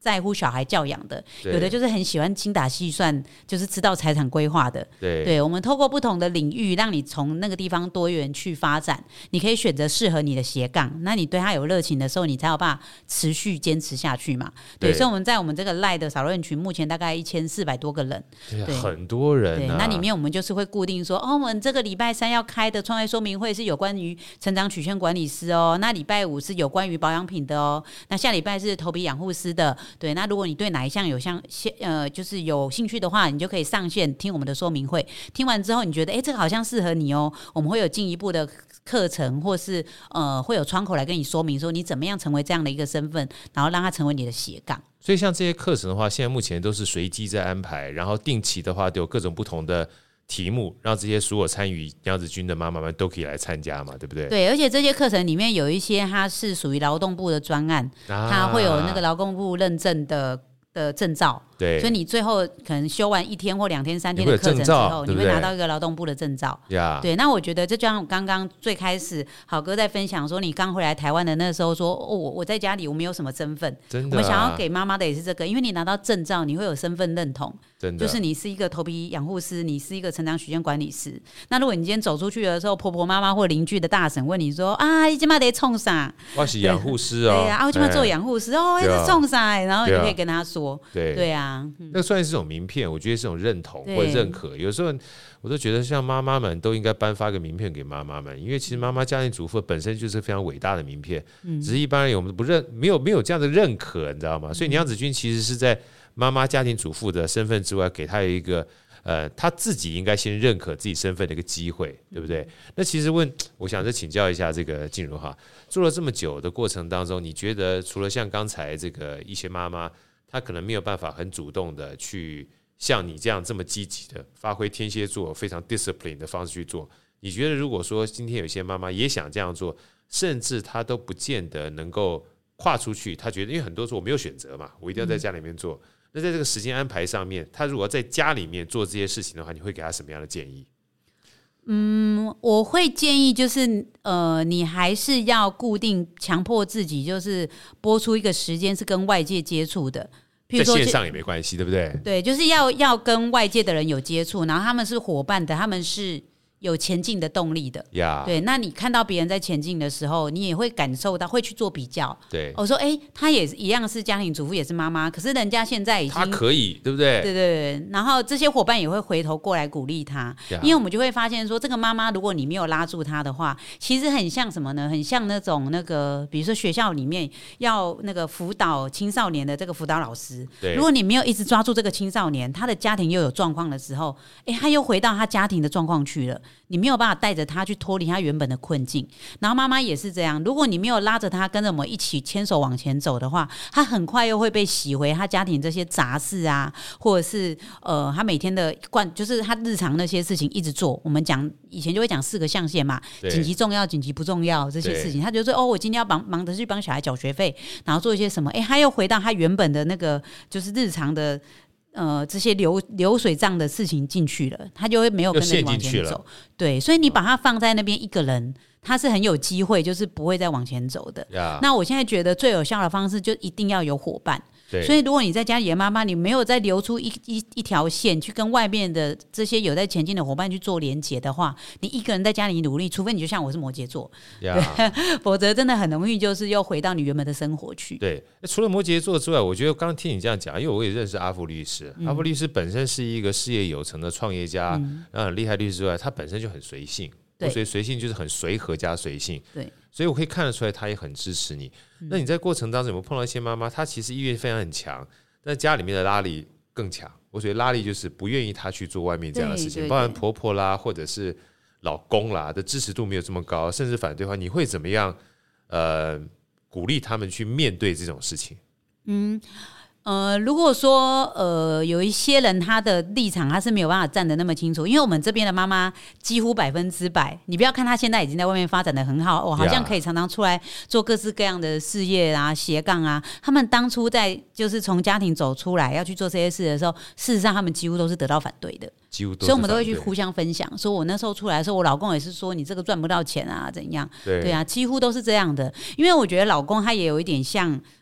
在乎小孩教养的， 对有的就是很喜欢精打细算，就是知道财产规划的。 对， 我们透过不同的领域，让你从那个地方多元去发展，你可以选择适合你的斜杠。那你对他有热情的时候，你才有办法持续坚持下去嘛。对，所以我们在我们这个 LINE 的少人群，目前大概1400多个人， 对，很多人、啊。 对，那里面我们就是会固定说，我们这个礼拜3要开的创业说明会是有关于成长曲线管理师哦，那礼拜5是有关于保养品的哦，那下礼拜是头皮养护师的。对，那如果你对哪一项就是有兴趣的话，你就可以上线听我们的说明会。听完之后，你觉得这个好像适合你哦，我们会有进一步的课程，或是会有窗口来跟你说明说你怎么样成为这样的一个身份，然后让它成为你的斜杠。 所以像这些课程的话，现在目前都是随机在安排，然后定期的话都有各种不同的题目，让这些所有参与娘子军的妈妈们都可以来参加嘛，对不对？ 对，而且这些课程里面有一些它是属于劳动部的专案，它会有那个劳动部认证的证照。 对， 所以你最后可能修完1天或2天、3天的课程之后，你会拿到一个劳动部的证照。对，那我觉得这就像刚刚最开始好哥在分享说，你刚回来台湾的那时候说，我在家里我没有什么身份， 真的、 我们想要给妈妈的也是这个，因为你拿到证照，你会有身份认同， 真的， 就是你是一个头皮养护师，你是一个成长曲线管理师。那如果你今天走出去的时候，婆婆妈妈或邻居的大婶问你说你今嘛在冲啥？ 我是养护师哦， 对啊，我今嘛做养护师哦，在冲啥？然后你可以跟他说，对啊， 那算是这种名片，我觉得是种认同或者认可。有时候我都觉得，像妈妈们都应该颁发个名片给妈妈们，因为其实妈妈家庭主妇本身就是非常伟大的名片，只是一般人我们没有这样的认可，你知道吗？所以娘子军其实是在妈妈家庭主妇的身份之外，给她有一个她自己应该先认可自己身份的一个机会，对不对？那其实我想再请教一下这个静茹哈，做了这么久的过程当中，你觉得除了像刚才这个一些妈妈，她可能没有办法很主动的去像你这么积极的发挥天蝎座非常 discipline 的方式去做，你觉得如果说今天有些妈妈也想这样做，甚至她都不见得能够跨出去，她觉得因为很多时候我没有选择嘛，我一定要在家里面做，那在这个时间安排上面，她如果在家里面做这些事情的话，你会给她什么样的建议？ 我会建议就是你还是要固定强迫自己，就是播出一个时间是跟外界接触的，譬如说在线上也没关系，对不对？ 对，就是要跟外界的人有接触，然后他们是伙伴的，他们是有前进的动力的。对，那你看到别人在前进的时候，你也会感受到，会去做比较。 对， 我说他也一样是家庭主妇，也是妈妈，可是人家现在已经他可以，对不对？ 对，然后这些伙伴也会回头过来鼓励他，因为我们就会发现说，这个妈妈如果你没有拉住她的话，其实很像什么呢？很像那种比如说学校里面要那个辅导青少年的这个辅导老师，如果你没有一直抓住这个青少年，他的家庭又有状况的时候，他又回到他家庭的状况去了。你没有办法带着他去脱离他原本的困境，然后妈妈也是这样，如果你没有拉着他跟着我们一起牵手往前走的话，他很快又会被洗回他家庭这些杂事啊，或者是他每天的就是他日常那些事情一直做。我们以前就会讲4个象限嘛，紧急重要、紧急不重要这些事情，他就说我今天要忙着去帮小孩缴学费，然后做一些什么，他又回到他原本的那个就是日常的这些流水账的事情进去了，他就会没有跟着你往前走。对，所以你把他放在那边一个人，他是很有机会，就是不会再往前走的。那我现在觉得最有效的方式，就一定要有伙伴。所以如果你在家里的妈妈，你没有再留出一条线去跟外面的这些有在前进的伙伴去做连结的话，你一个人在家里努力，除非你就像我是摩羯座，否则真的很容易就是又回到你原本的生活去。 对，除了摩羯座之外，我觉得刚刚听你这样讲，因为我也认识阿富律师，阿富律师本身是一个事业有成的创业家，然后很厉害律师之外，他本身就很随性。所以随性就是很随和加随性， 对， 所以我可以看得出来，他也很支持你。那你在过程当中有没有碰到一些妈妈，她其实意愿非常很强，但家里面的拉力更强？我觉得拉力就是不愿意她去做外面这样的事情，包含婆婆啦，或者是老公啦的支持度没有这么高，甚至反对的话，你会怎么样？鼓励他们去面对这种事情？ 如果说有一些人他的立场他是没有办法站得那么清楚，因为我们这边的妈妈几乎100%，你不要看她现在已经在外面发展得很好，好像可以常常出来做各式各样的事业啊、斜杠啊。他们当初在就是从家庭走出来要去做这些事的时候，事实上他们几乎都是得到反对的，所以我们都会去互相分享，说我那时候出来的时候，我老公也是说你这个赚不到钱啊，怎样？对啊，几乎都是这样的。因为我觉得老公他也有一点像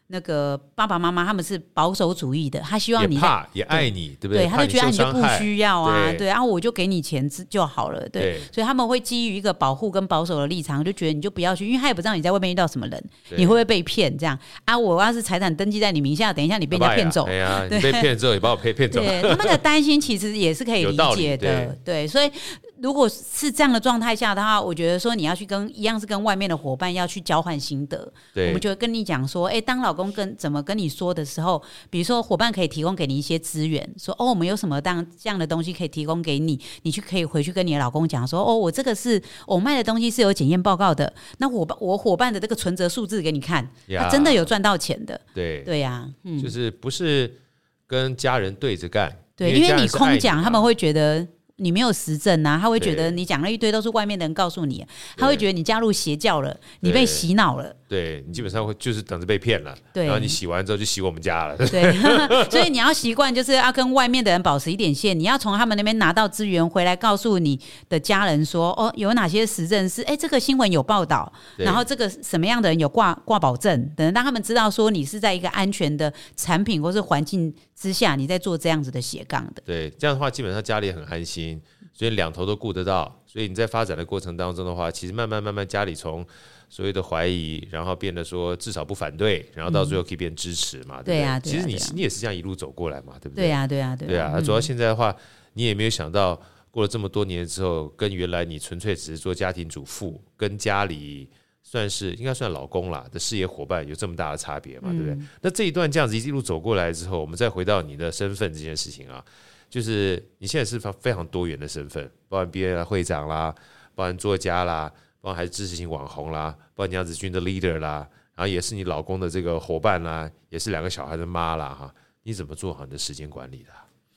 那个爸爸妈妈他们是保守主义的，他希望你也怕也爱你，对不对？ 对，他就觉得你就不需要啊， 对， 然后我就给你钱就好了，对，所以他们会基于一个保护跟保守的立场，就觉得你就不要去，因为他也不知道你在外面遇到什么人，你会不会被骗这样啊？我要是财产登记在你名下，等一下你被人家骗走， 哎呀，你被骗之后，你把我骗走， 对，他们的担心其实也是可以理解的，对，所以如果是这样的状态下的话，我觉得说你要去一样是跟外面的伙伴要去交换心得，我们就会跟你讲说，当老公怎么跟你说的时候，比如说伙伴可以提供给你一些资源，说我们有什么这样的东西可以提供给你，你可以回去跟你的老公讲说，我这个是我卖的东西是有检验报告的，那我伙伴的这个存折数字给你看，他真的有赚到钱的，对呀， 就是不是跟家人对着干， 对，因为你空讲，他们会觉得你没有实证啊，他会觉得你讲了一堆都是外面的人告诉你，他会觉得你加入邪教了，你被洗脑了， 对，你基本上会就是等着被骗了，然后你洗完之后就洗我们家了， 对，所以你要习惯就是要跟外面的人保持一点线，你要从他们那边拿到资源回来，告诉你的家人说，有哪些实证是这个新闻有报道，然后这个什么样的人有挂保证，等让他们知道说你是在一个安全的产品或是环境之下，你在做这样子的斜杠的， 对，这样的话基本上家里很安心。所以两头都顾得到，所以你在发展的过程当中的话，其实慢慢家里从所谓的怀疑，然后变得说至少不反对，然后到最后可以变支持嘛，对不对？ 对啊， 其实你也是这样一路走过来嘛，对不对？ 对啊。 主要现在的话，你也没有想到过了这么多年之后，跟原来你纯粹只是做家庭主妇，跟家里应该算老公啦的事业伙伴有这么大的差别嘛，对不对？那这一段这样子一路走过来之后，我们再回到你的身份这件事情啊。就是你现在是非常多元的身份，包含 BNI 会长啦，包含作家啦，包含还是知识型网红啦，包含娘子军的 leader 啦，然后也是你老公的这个伙伴啦，也是2个小孩的妈啦哈。你怎么做好你的时间管理的？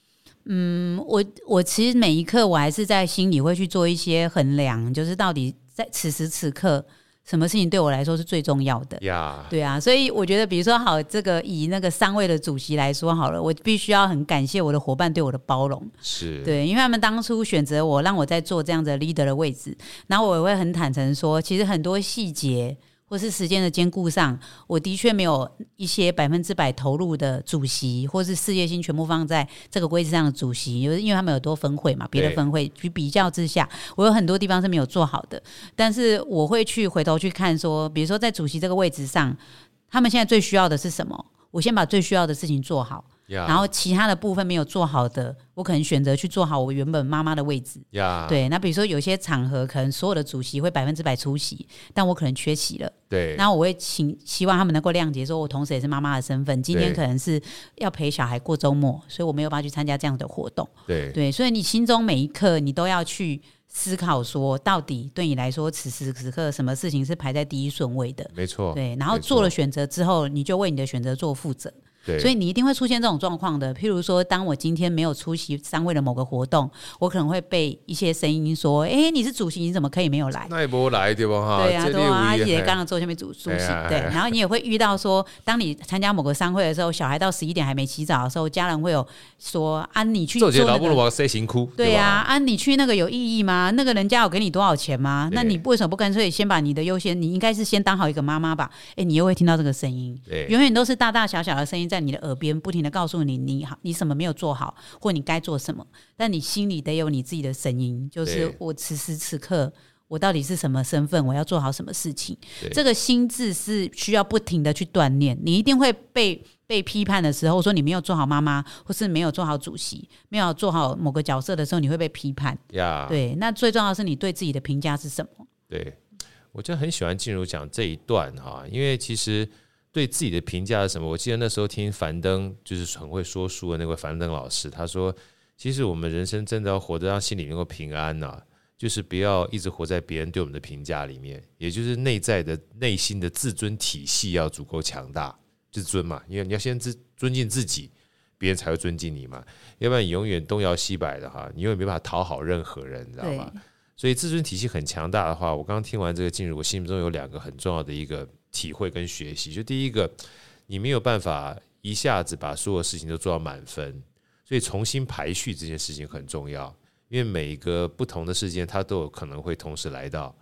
我其实每一刻我还是在心里会去做一些衡量，就是到底在此时此刻。什么事情对我来说是最重要的？对啊，所以我觉得，比如说好，这个以那个3位的主席来说好了，我必须要很感谢我的伙伴对我的包容， 是对，因为他们当初选择我，让我在做这样的 leader 的位置，然后我也会很坦诚说，其实很多细节。或是时间的兼顾上，我的确没有一些100%投入的主席，或是事业心全部放在这个位置上的主席，因为他们有多分会嘛，别的分会去比较之下，我有很多地方是没有做好的。但是我会回头去看说，比如说在主席这个位置上，他们现在最需要的是什么？我先把最需要的事情做好。然后其他的部分没有做好的，我可能选择去做好我原本妈妈的位置。对，那比如说有些场合可能所有的主席会100%出席，但我可能缺席了。 对， 然后我会希望他们能够谅解，说我同时也是妈妈的身份，今天可能是要陪小孩过周末，所以我没有办法去参加这样的活动。对，所以你心中每一刻你都要去思考说，到底对你来说此时此刻什么事情是排在第一顺位的？ 没错。 对，然后做了选择之后，你就为你的选择做负责。所以你一定会出现这种状况的，譬如说当我今天没有出席3位的某个活动，我可能会被一些声音说，你是主席你怎么可以没有来？ 那也不来对吧？ 对啊，而且刚刚坐下面主席，对，然后你也会遇到说，当你参加某个商会的时候，小孩到11点还没洗澡的时候，家人会有说你去做老不如我谁辛苦？ 对啊，你去那个有意义吗？那个人家有给你多少钱吗？那你为什么不干脆先把你的优先？你应该是先当好一个妈妈吧？你又会听到这个声音，永远都是大大小小的声音在你的耳边不停的告诉你什么没有做好，或你该做什么，但你心里得有你自己的声音，就是我此时此刻我到底是什么身份，我要做好什么事情。这个心智是需要不停的去锻炼，你一定会被批判的时候，说你没有做好妈妈，或是没有做好主席，没有做好某个角色的时候，你会被批判。对，那最重要的是你对自己的评价是什么？ 对，我就很喜欢静茹讲这一段哈，因为其实对自己的评价是什么？我记得那时候听樊登，就是很会说书的那位樊登老师，他说，其实我们人生真的要活得让心里能够平安啊，就是不要一直活在别人对我们的评价里面，也就是内心的自尊体系要足够强大，自尊嘛，因为你要先尊敬自己，别人才会尊敬你嘛，要不然你永远东摇西摆的哈，你永远没办法讨好任何人，你知道吗？所以自尊体系很强大的话，我刚刚听完这个进入，我心中有2个很重要的一个体会跟学习。就第一个，你没有办法一下子把所有事情都做到满分，所以重新排序这件事情很重要，因为每一个不同的事件它都有可能会同时来到，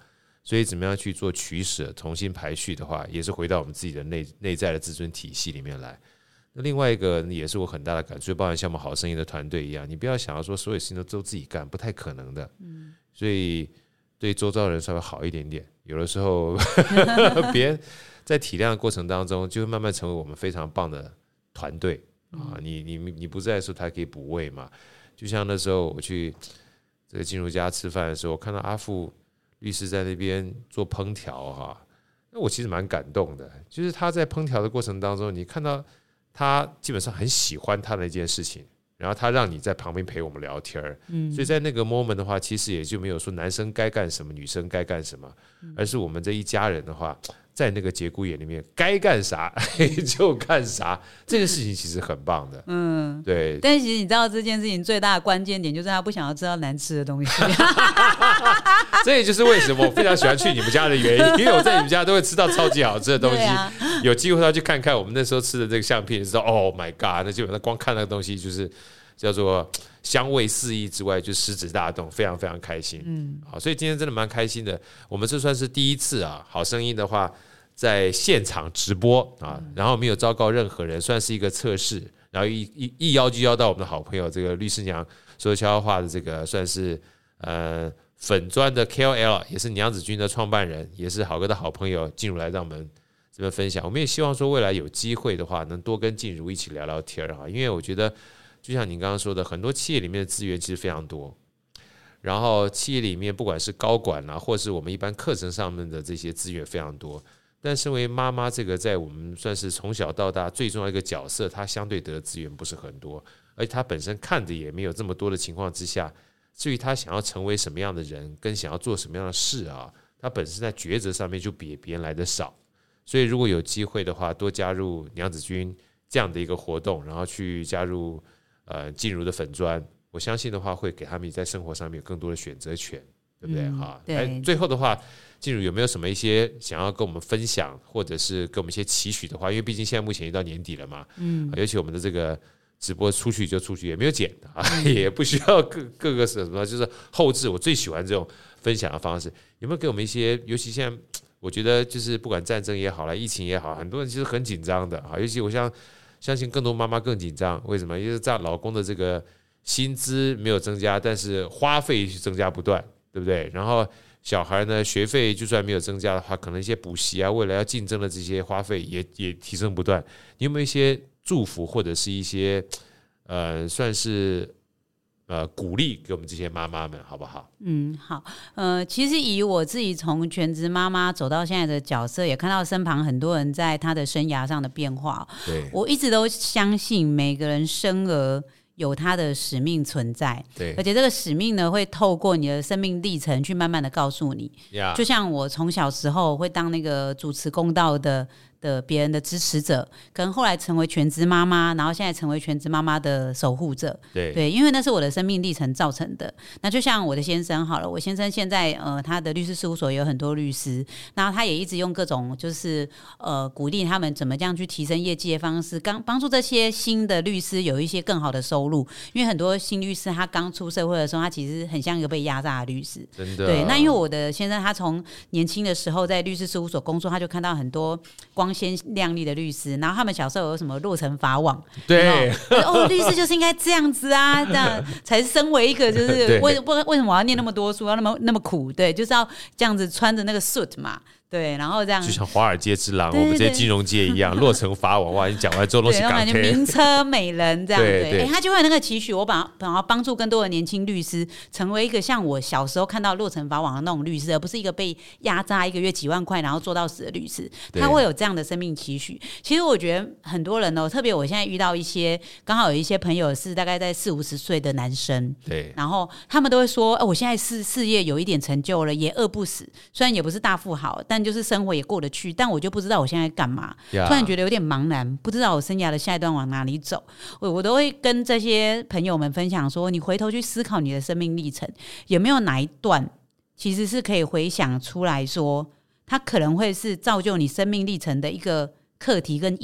所以怎么样去做取舍，重新排序的话，也是回到我们自己的内在的自尊体系里面来。那另外一个也是我很大的感触，包含像我们好声音的团队一样，你不要想要说所有事情都自己干，不太可能的。所以对周遭的人稍微好一点点，有的时候别人在体谅的过程当中，就会慢慢成为我们非常棒的团队啊。你不在的时候，他可以补位嘛。就像那时候我去这个金如家吃饭的时候，我看到阿富律师在那边做烹调哈，那我其实蛮感动的。就是他在烹调的过程当中，你看到他基本上很喜欢他的一件事情，然后他让你在旁边陪我们聊天，所以在那个 moment 的话，其实也就没有说男生该干什么，女生该干什么，而是我们这一家人的话，在那个节骨眼里面该干啥就干啥，这件事情其实很棒的。对。 但其实你知道这件事情最大的关键点就是他不想要吃到难吃的东西。 这也就是为什么我非常喜欢去你们家的原因，因为我在你们家都会吃到超级好吃的东西。有机会要去看看我们那时候吃的这个相片，就知道 Oh my God， 那基本上光看那个东西就是叫做香味四溢之外，就食指大动，非常非常开心。好，所以今天真的蛮开心的。我们这算是第一次啊，好声音的话在现场直播啊，然后没有昭告任何人，算是一个测试。然后一邀就邀到我们的好朋友，这个律师娘说悄悄话的这个算是粉专的 KOL， 也是娘子军的创办人，也是好哥的好朋友，静茹来让我们这边分享。我们也希望说未来有机会的话，能多跟静茹一起聊聊天啊，因为我觉得就像你刚刚说的，很多企业里面的资源其实非常多，然后企业里面不管是高管啊，或是我们一般课程上面的这些资源非常多，但身为妈妈这个在我们算是从小到大最重要的一个角色，她相对得的资源不是很多，而且她本身看的也没有这么多的情况之下，至于她想要成为什么样的人，跟想要做什么样的事啊，她本身在抉择上面就比别人来的少。所以如果有机会的话，多加入娘子军这样的一个活动，然后去加入静茹的粉专，我相信的话会给他们在生活上面有更多的选择权，对不对？对。最后的话，静茹有没有什么一些想要跟我们分享，或者是给我们一些期许的话？因为毕竟现在目前已经到年底了嘛，尤其我们的这个直播出去就出去，也没有剪也不需要各个什么，就是后置。我最喜欢这种分享的方式，有没有给我们一些？尤其现在，我觉得就是不管战争也好啦，疫情也好，很多人其实很紧张的尤其我相信更多妈妈更紧张，为什么？因为在老公的这个薪资没有增加，但是花费增加不断，对不对？然后小孩呢，学费就算没有增加的话，可能一些补习啊，未来要竞争的这些花费也提升不断。你有没有一些祝福或者是一些算是鼓励给我们这些妈妈们，好不好？ 好。其实以我自己从全职妈妈走到现在的角色，也看到身旁很多人在她的生涯上的变化。 对， 我一直都相信每个人生而有他的使命存在， 对， 而且这个使命呢，会透过你的生命历程去慢慢的告诉你。就像我从小时候会当那个主持公道的别人的支持者，跟后来成为全职妈妈，然后现在成为全职妈妈的守护者。对，因为那是我的生命历程造成的。那就像我的先生好了，我先生现在他的律师事务所有很多律师，然后他也一直用各种就是鼓励他们怎么样去提升业绩的方式，帮助这些新的律师有一些更好的收入。因为很多新律师他刚出社会的时候，他其实很像一个被压榨的律师。 真的。 对，那因为我的先生他从年轻的时候在律师事务所工作，他就看到很多光鲜亮丽的律师，然后他们小时候有什么落成法网， 对， 律师就是应该这样子啊，这样才身为一个就是为什么我要念那么多书，要那么苦？对，就是要这样子穿着那个 suit 嘛。对，然后这样就像华尔街之狼，我们这些金融界一样，落成法网。哇，你讲完之后都是港铁名车美人这样。对，他就会有那个期许，我想要帮助更多的年轻律师成为一个像我小时候看到落成法网的那种律师，而不是一个被压榨一个月几万块然后做到死的律师。他会有这样的生命期许。其实我觉得很多人特别我现在遇到一些刚好有一些朋友是大概在40-50岁的男生， 对， 然后他们都会说，我现在事业有一点成就了，也饿不死，虽然也不是大富豪，但就是生活也过得去，但我就不知道我现在干嘛，突然觉得有点茫然，不知道我生涯的下一段往哪里走。我都会跟这些朋友们分享说，你回头去思考你的生命历程，有没有哪一段其实是可以回想出来说，它可能会是造就你生命历程的一个课题跟议题。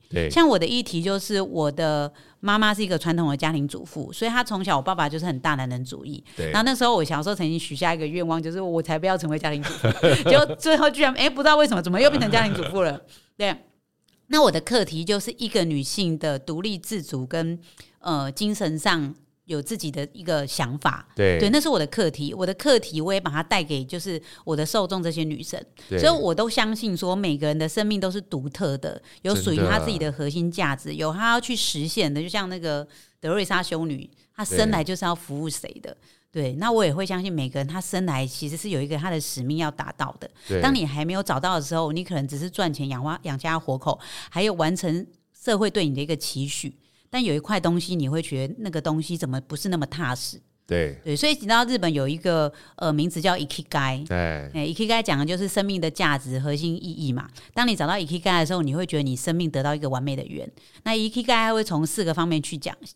对， 像我的议题就是我的妈妈是一个传统的家庭主妇，所以她从小我爸爸就是很大男人主义。 对， 然后那时候我小时候曾经许下一个愿望，就是我才不要成为家庭主妇，结果最后居然不知道为什么怎么又变成家庭主妇了。对，那我的课题就是一个女性的独立自主跟精神上有自己的一个想法，对，那是我的课题。我的课题我也把它带给就是我的受众这些女生，所以我都相信说每个人的生命都是独特的，有属于她自己的核心价值，有她要去实现的。就像那个德瑞莎修女，她生来就是要服务谁的。对，那我也会相信每个人他生来其实是有一个他的使命要达到的。当你还没有找到的时候，你可能只是赚钱养家活口，还有完成社会对你的一个期许。但有一块东西你会觉得那个东西怎么不是那么踏实。对，所以你知道日本有一个名词叫 Ikigai， Ikigai 讲的就是生命的价值核心意义嘛。当你找到 Ikigai 的时候，你会觉得你生命得到一个完美的圆。那 Ikigai 会从4个方面去讲，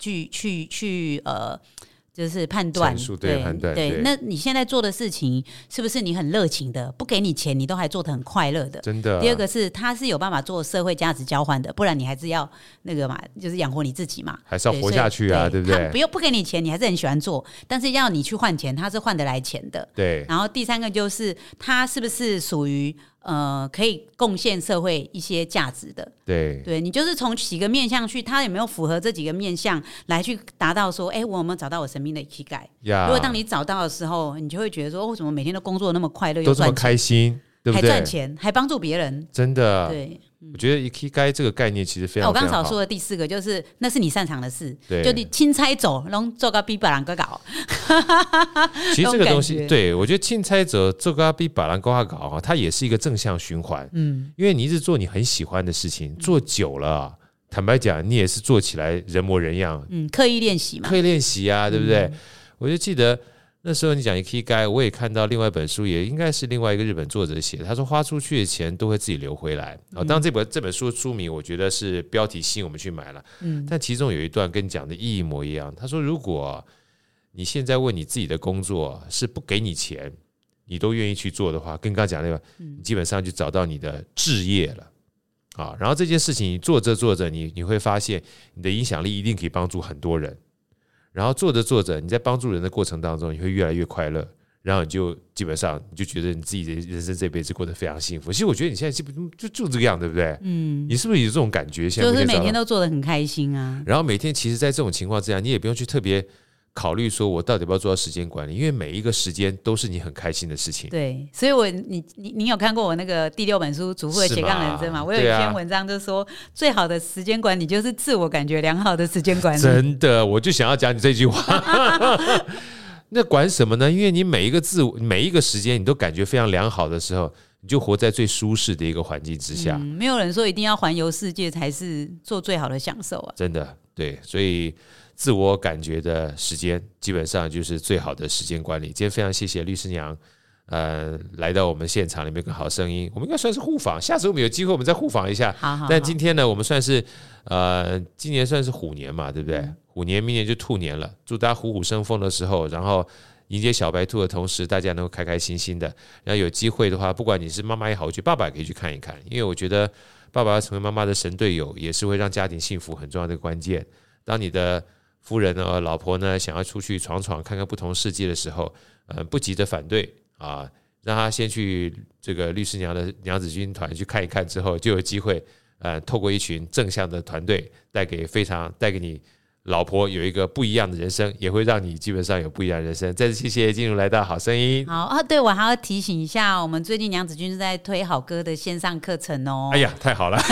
就是判断，对，那你现在做的事情是不是你很热情的？不给你钱，你都还做得很快乐的。 真的。 第二个是，它是有办法做社会价值交换的，不然你还是要那个嘛，就是养活你自己嘛， 还是要活下去啊，对不对？ 不给你钱，你还是很喜欢做，但是要你去换钱，它是换得来钱的。 对。 然后第3个就是，它是不是属于可以贡献社会一些价值的。对，你就是从几个面向去，他有没有符合这几个面向来去达到说，我有没有找到我生命的Ikigai？如果当你找到的时候，你就会觉得说，为什么每天都工作那么快乐， 都这么开心，对不对？ 还赚钱，还帮助别人， 真的。 对。 我觉得 Ikigai 这个概念其实非常非常好。 我刚少说的第4个就是那是你擅长的事，就你钦差走，弄做个比别人更搞。 其实这个东西，对，我觉得钦差走做个比别人更搞，它也是一个正向循环。因为你一直做你很喜欢的事情，做久了，坦白讲，你也是做起来人模人样。 刻意练习嘛， 刻意练习啊，对不对？我就记得。那时候你讲 Ikigai， 我也看到另外一本书，也应该是另外一个日本作者写的。他说花出去的钱都会自己流回来。当然这本书书名我觉得是标题吸引我们去买了，但其中有一段跟你讲的一模一样。他说如果你现在问你自己的工作是不给你钱，你都愿意去做的话，跟刚刚讲那个，你基本上就找到你的志业了。然后这件事情你做着做着，你会发现你的影响力一定可以帮助很多人。然后做着做着，你在帮助人的过程当中，你会越来越快乐，然后你就基本上你就觉得你自己的人生这辈子过得非常幸福。其实我觉得你现在就这个样，对不对？你是不是有这种感觉？现在就是每天都做得很开心啊。 然后每天其实，在这种情况之下，你也不用去特别考虑说我到底要不要做到时间管理，因为每一个时间都是你很开心的事情。 对，所以你有看过我那个第6本书《主妇的斜杠人生》吗？我有一篇文章就说，最好的时间管理就是自我感觉良好的时间管理。 真的，我就想要讲你这句话。那管什么呢？因为你每一个时间你都感觉非常良好的时候，你就活在最舒适的一个环境之下。 没有人说一定要环游世界才是做最好的享受啊。 真的，对，所以自我感觉的时间基本上就是最好的时间管理。今天非常谢谢律师娘来到我们现场里面跟好声音，我们应该算是互访，下次我们有机会我们再互访一下。 好， 但今天呢，我们算是今年算是虎年嘛，对不对？虎年明年就兔年了，祝大家虎虎生风的时候，然后迎接小白兔的同时，大家能够开开心心的。然后有机会的话，不管你是妈妈也好，我觉得爸爸也可以去看一看，因为我觉得爸爸要成为妈妈的神队友，也是会让家庭幸福很重要的关键。当你的夫人呢、老婆呢想要出去闯闯看看不同世界的时候，不急着反对啊，让他先去这个律师娘的娘子军团去看一看之后，就有机会透过一群正向的团队带给你老婆有一个不一样的人生，也会让你基本上有不一样的人生。再次谢谢金如来到好声音。 好啊，对，我还要提醒一下，我们最近娘子军是在推好歌的线上课程哦。 哎呀，太好了！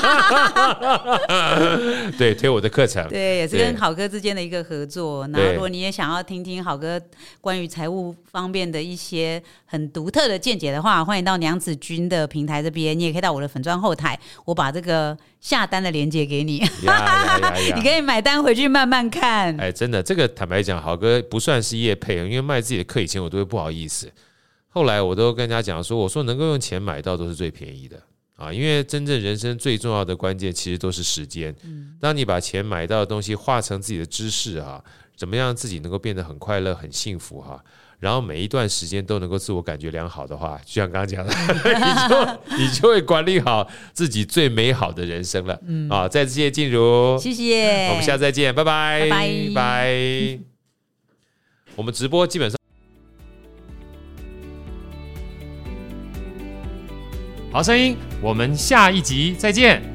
对，推我的课程， 对，也是跟好歌之间的一个合作。那如果你也想要听听好歌关于财务方面的一些很独特的见解的话，欢迎到娘子军的平台这边，你也可以到我的粉专后台，我把这个下单的链接给你，你可以买单回去慢慢看。 哎，真的，这个坦白讲，好哥不算是业配，因为卖自己的课以前我都会不好意思，后来我都跟人家讲说，我说能够用钱买到都是最便宜的啊，因为真正人生最重要的关键其实都是时间。当你把钱买到的东西化成自己的知识啊，怎么样自己能够变得很快乐、很幸福哈， 然后每一段时间都能够自我感觉良好的话，就像刚刚讲的，你就会管理好自己最美好的人生了。再次谢谢静茹， 谢谢， 我们下次再见，拜拜， 拜拜。 我们直播基本上好声音，我们下一集再见。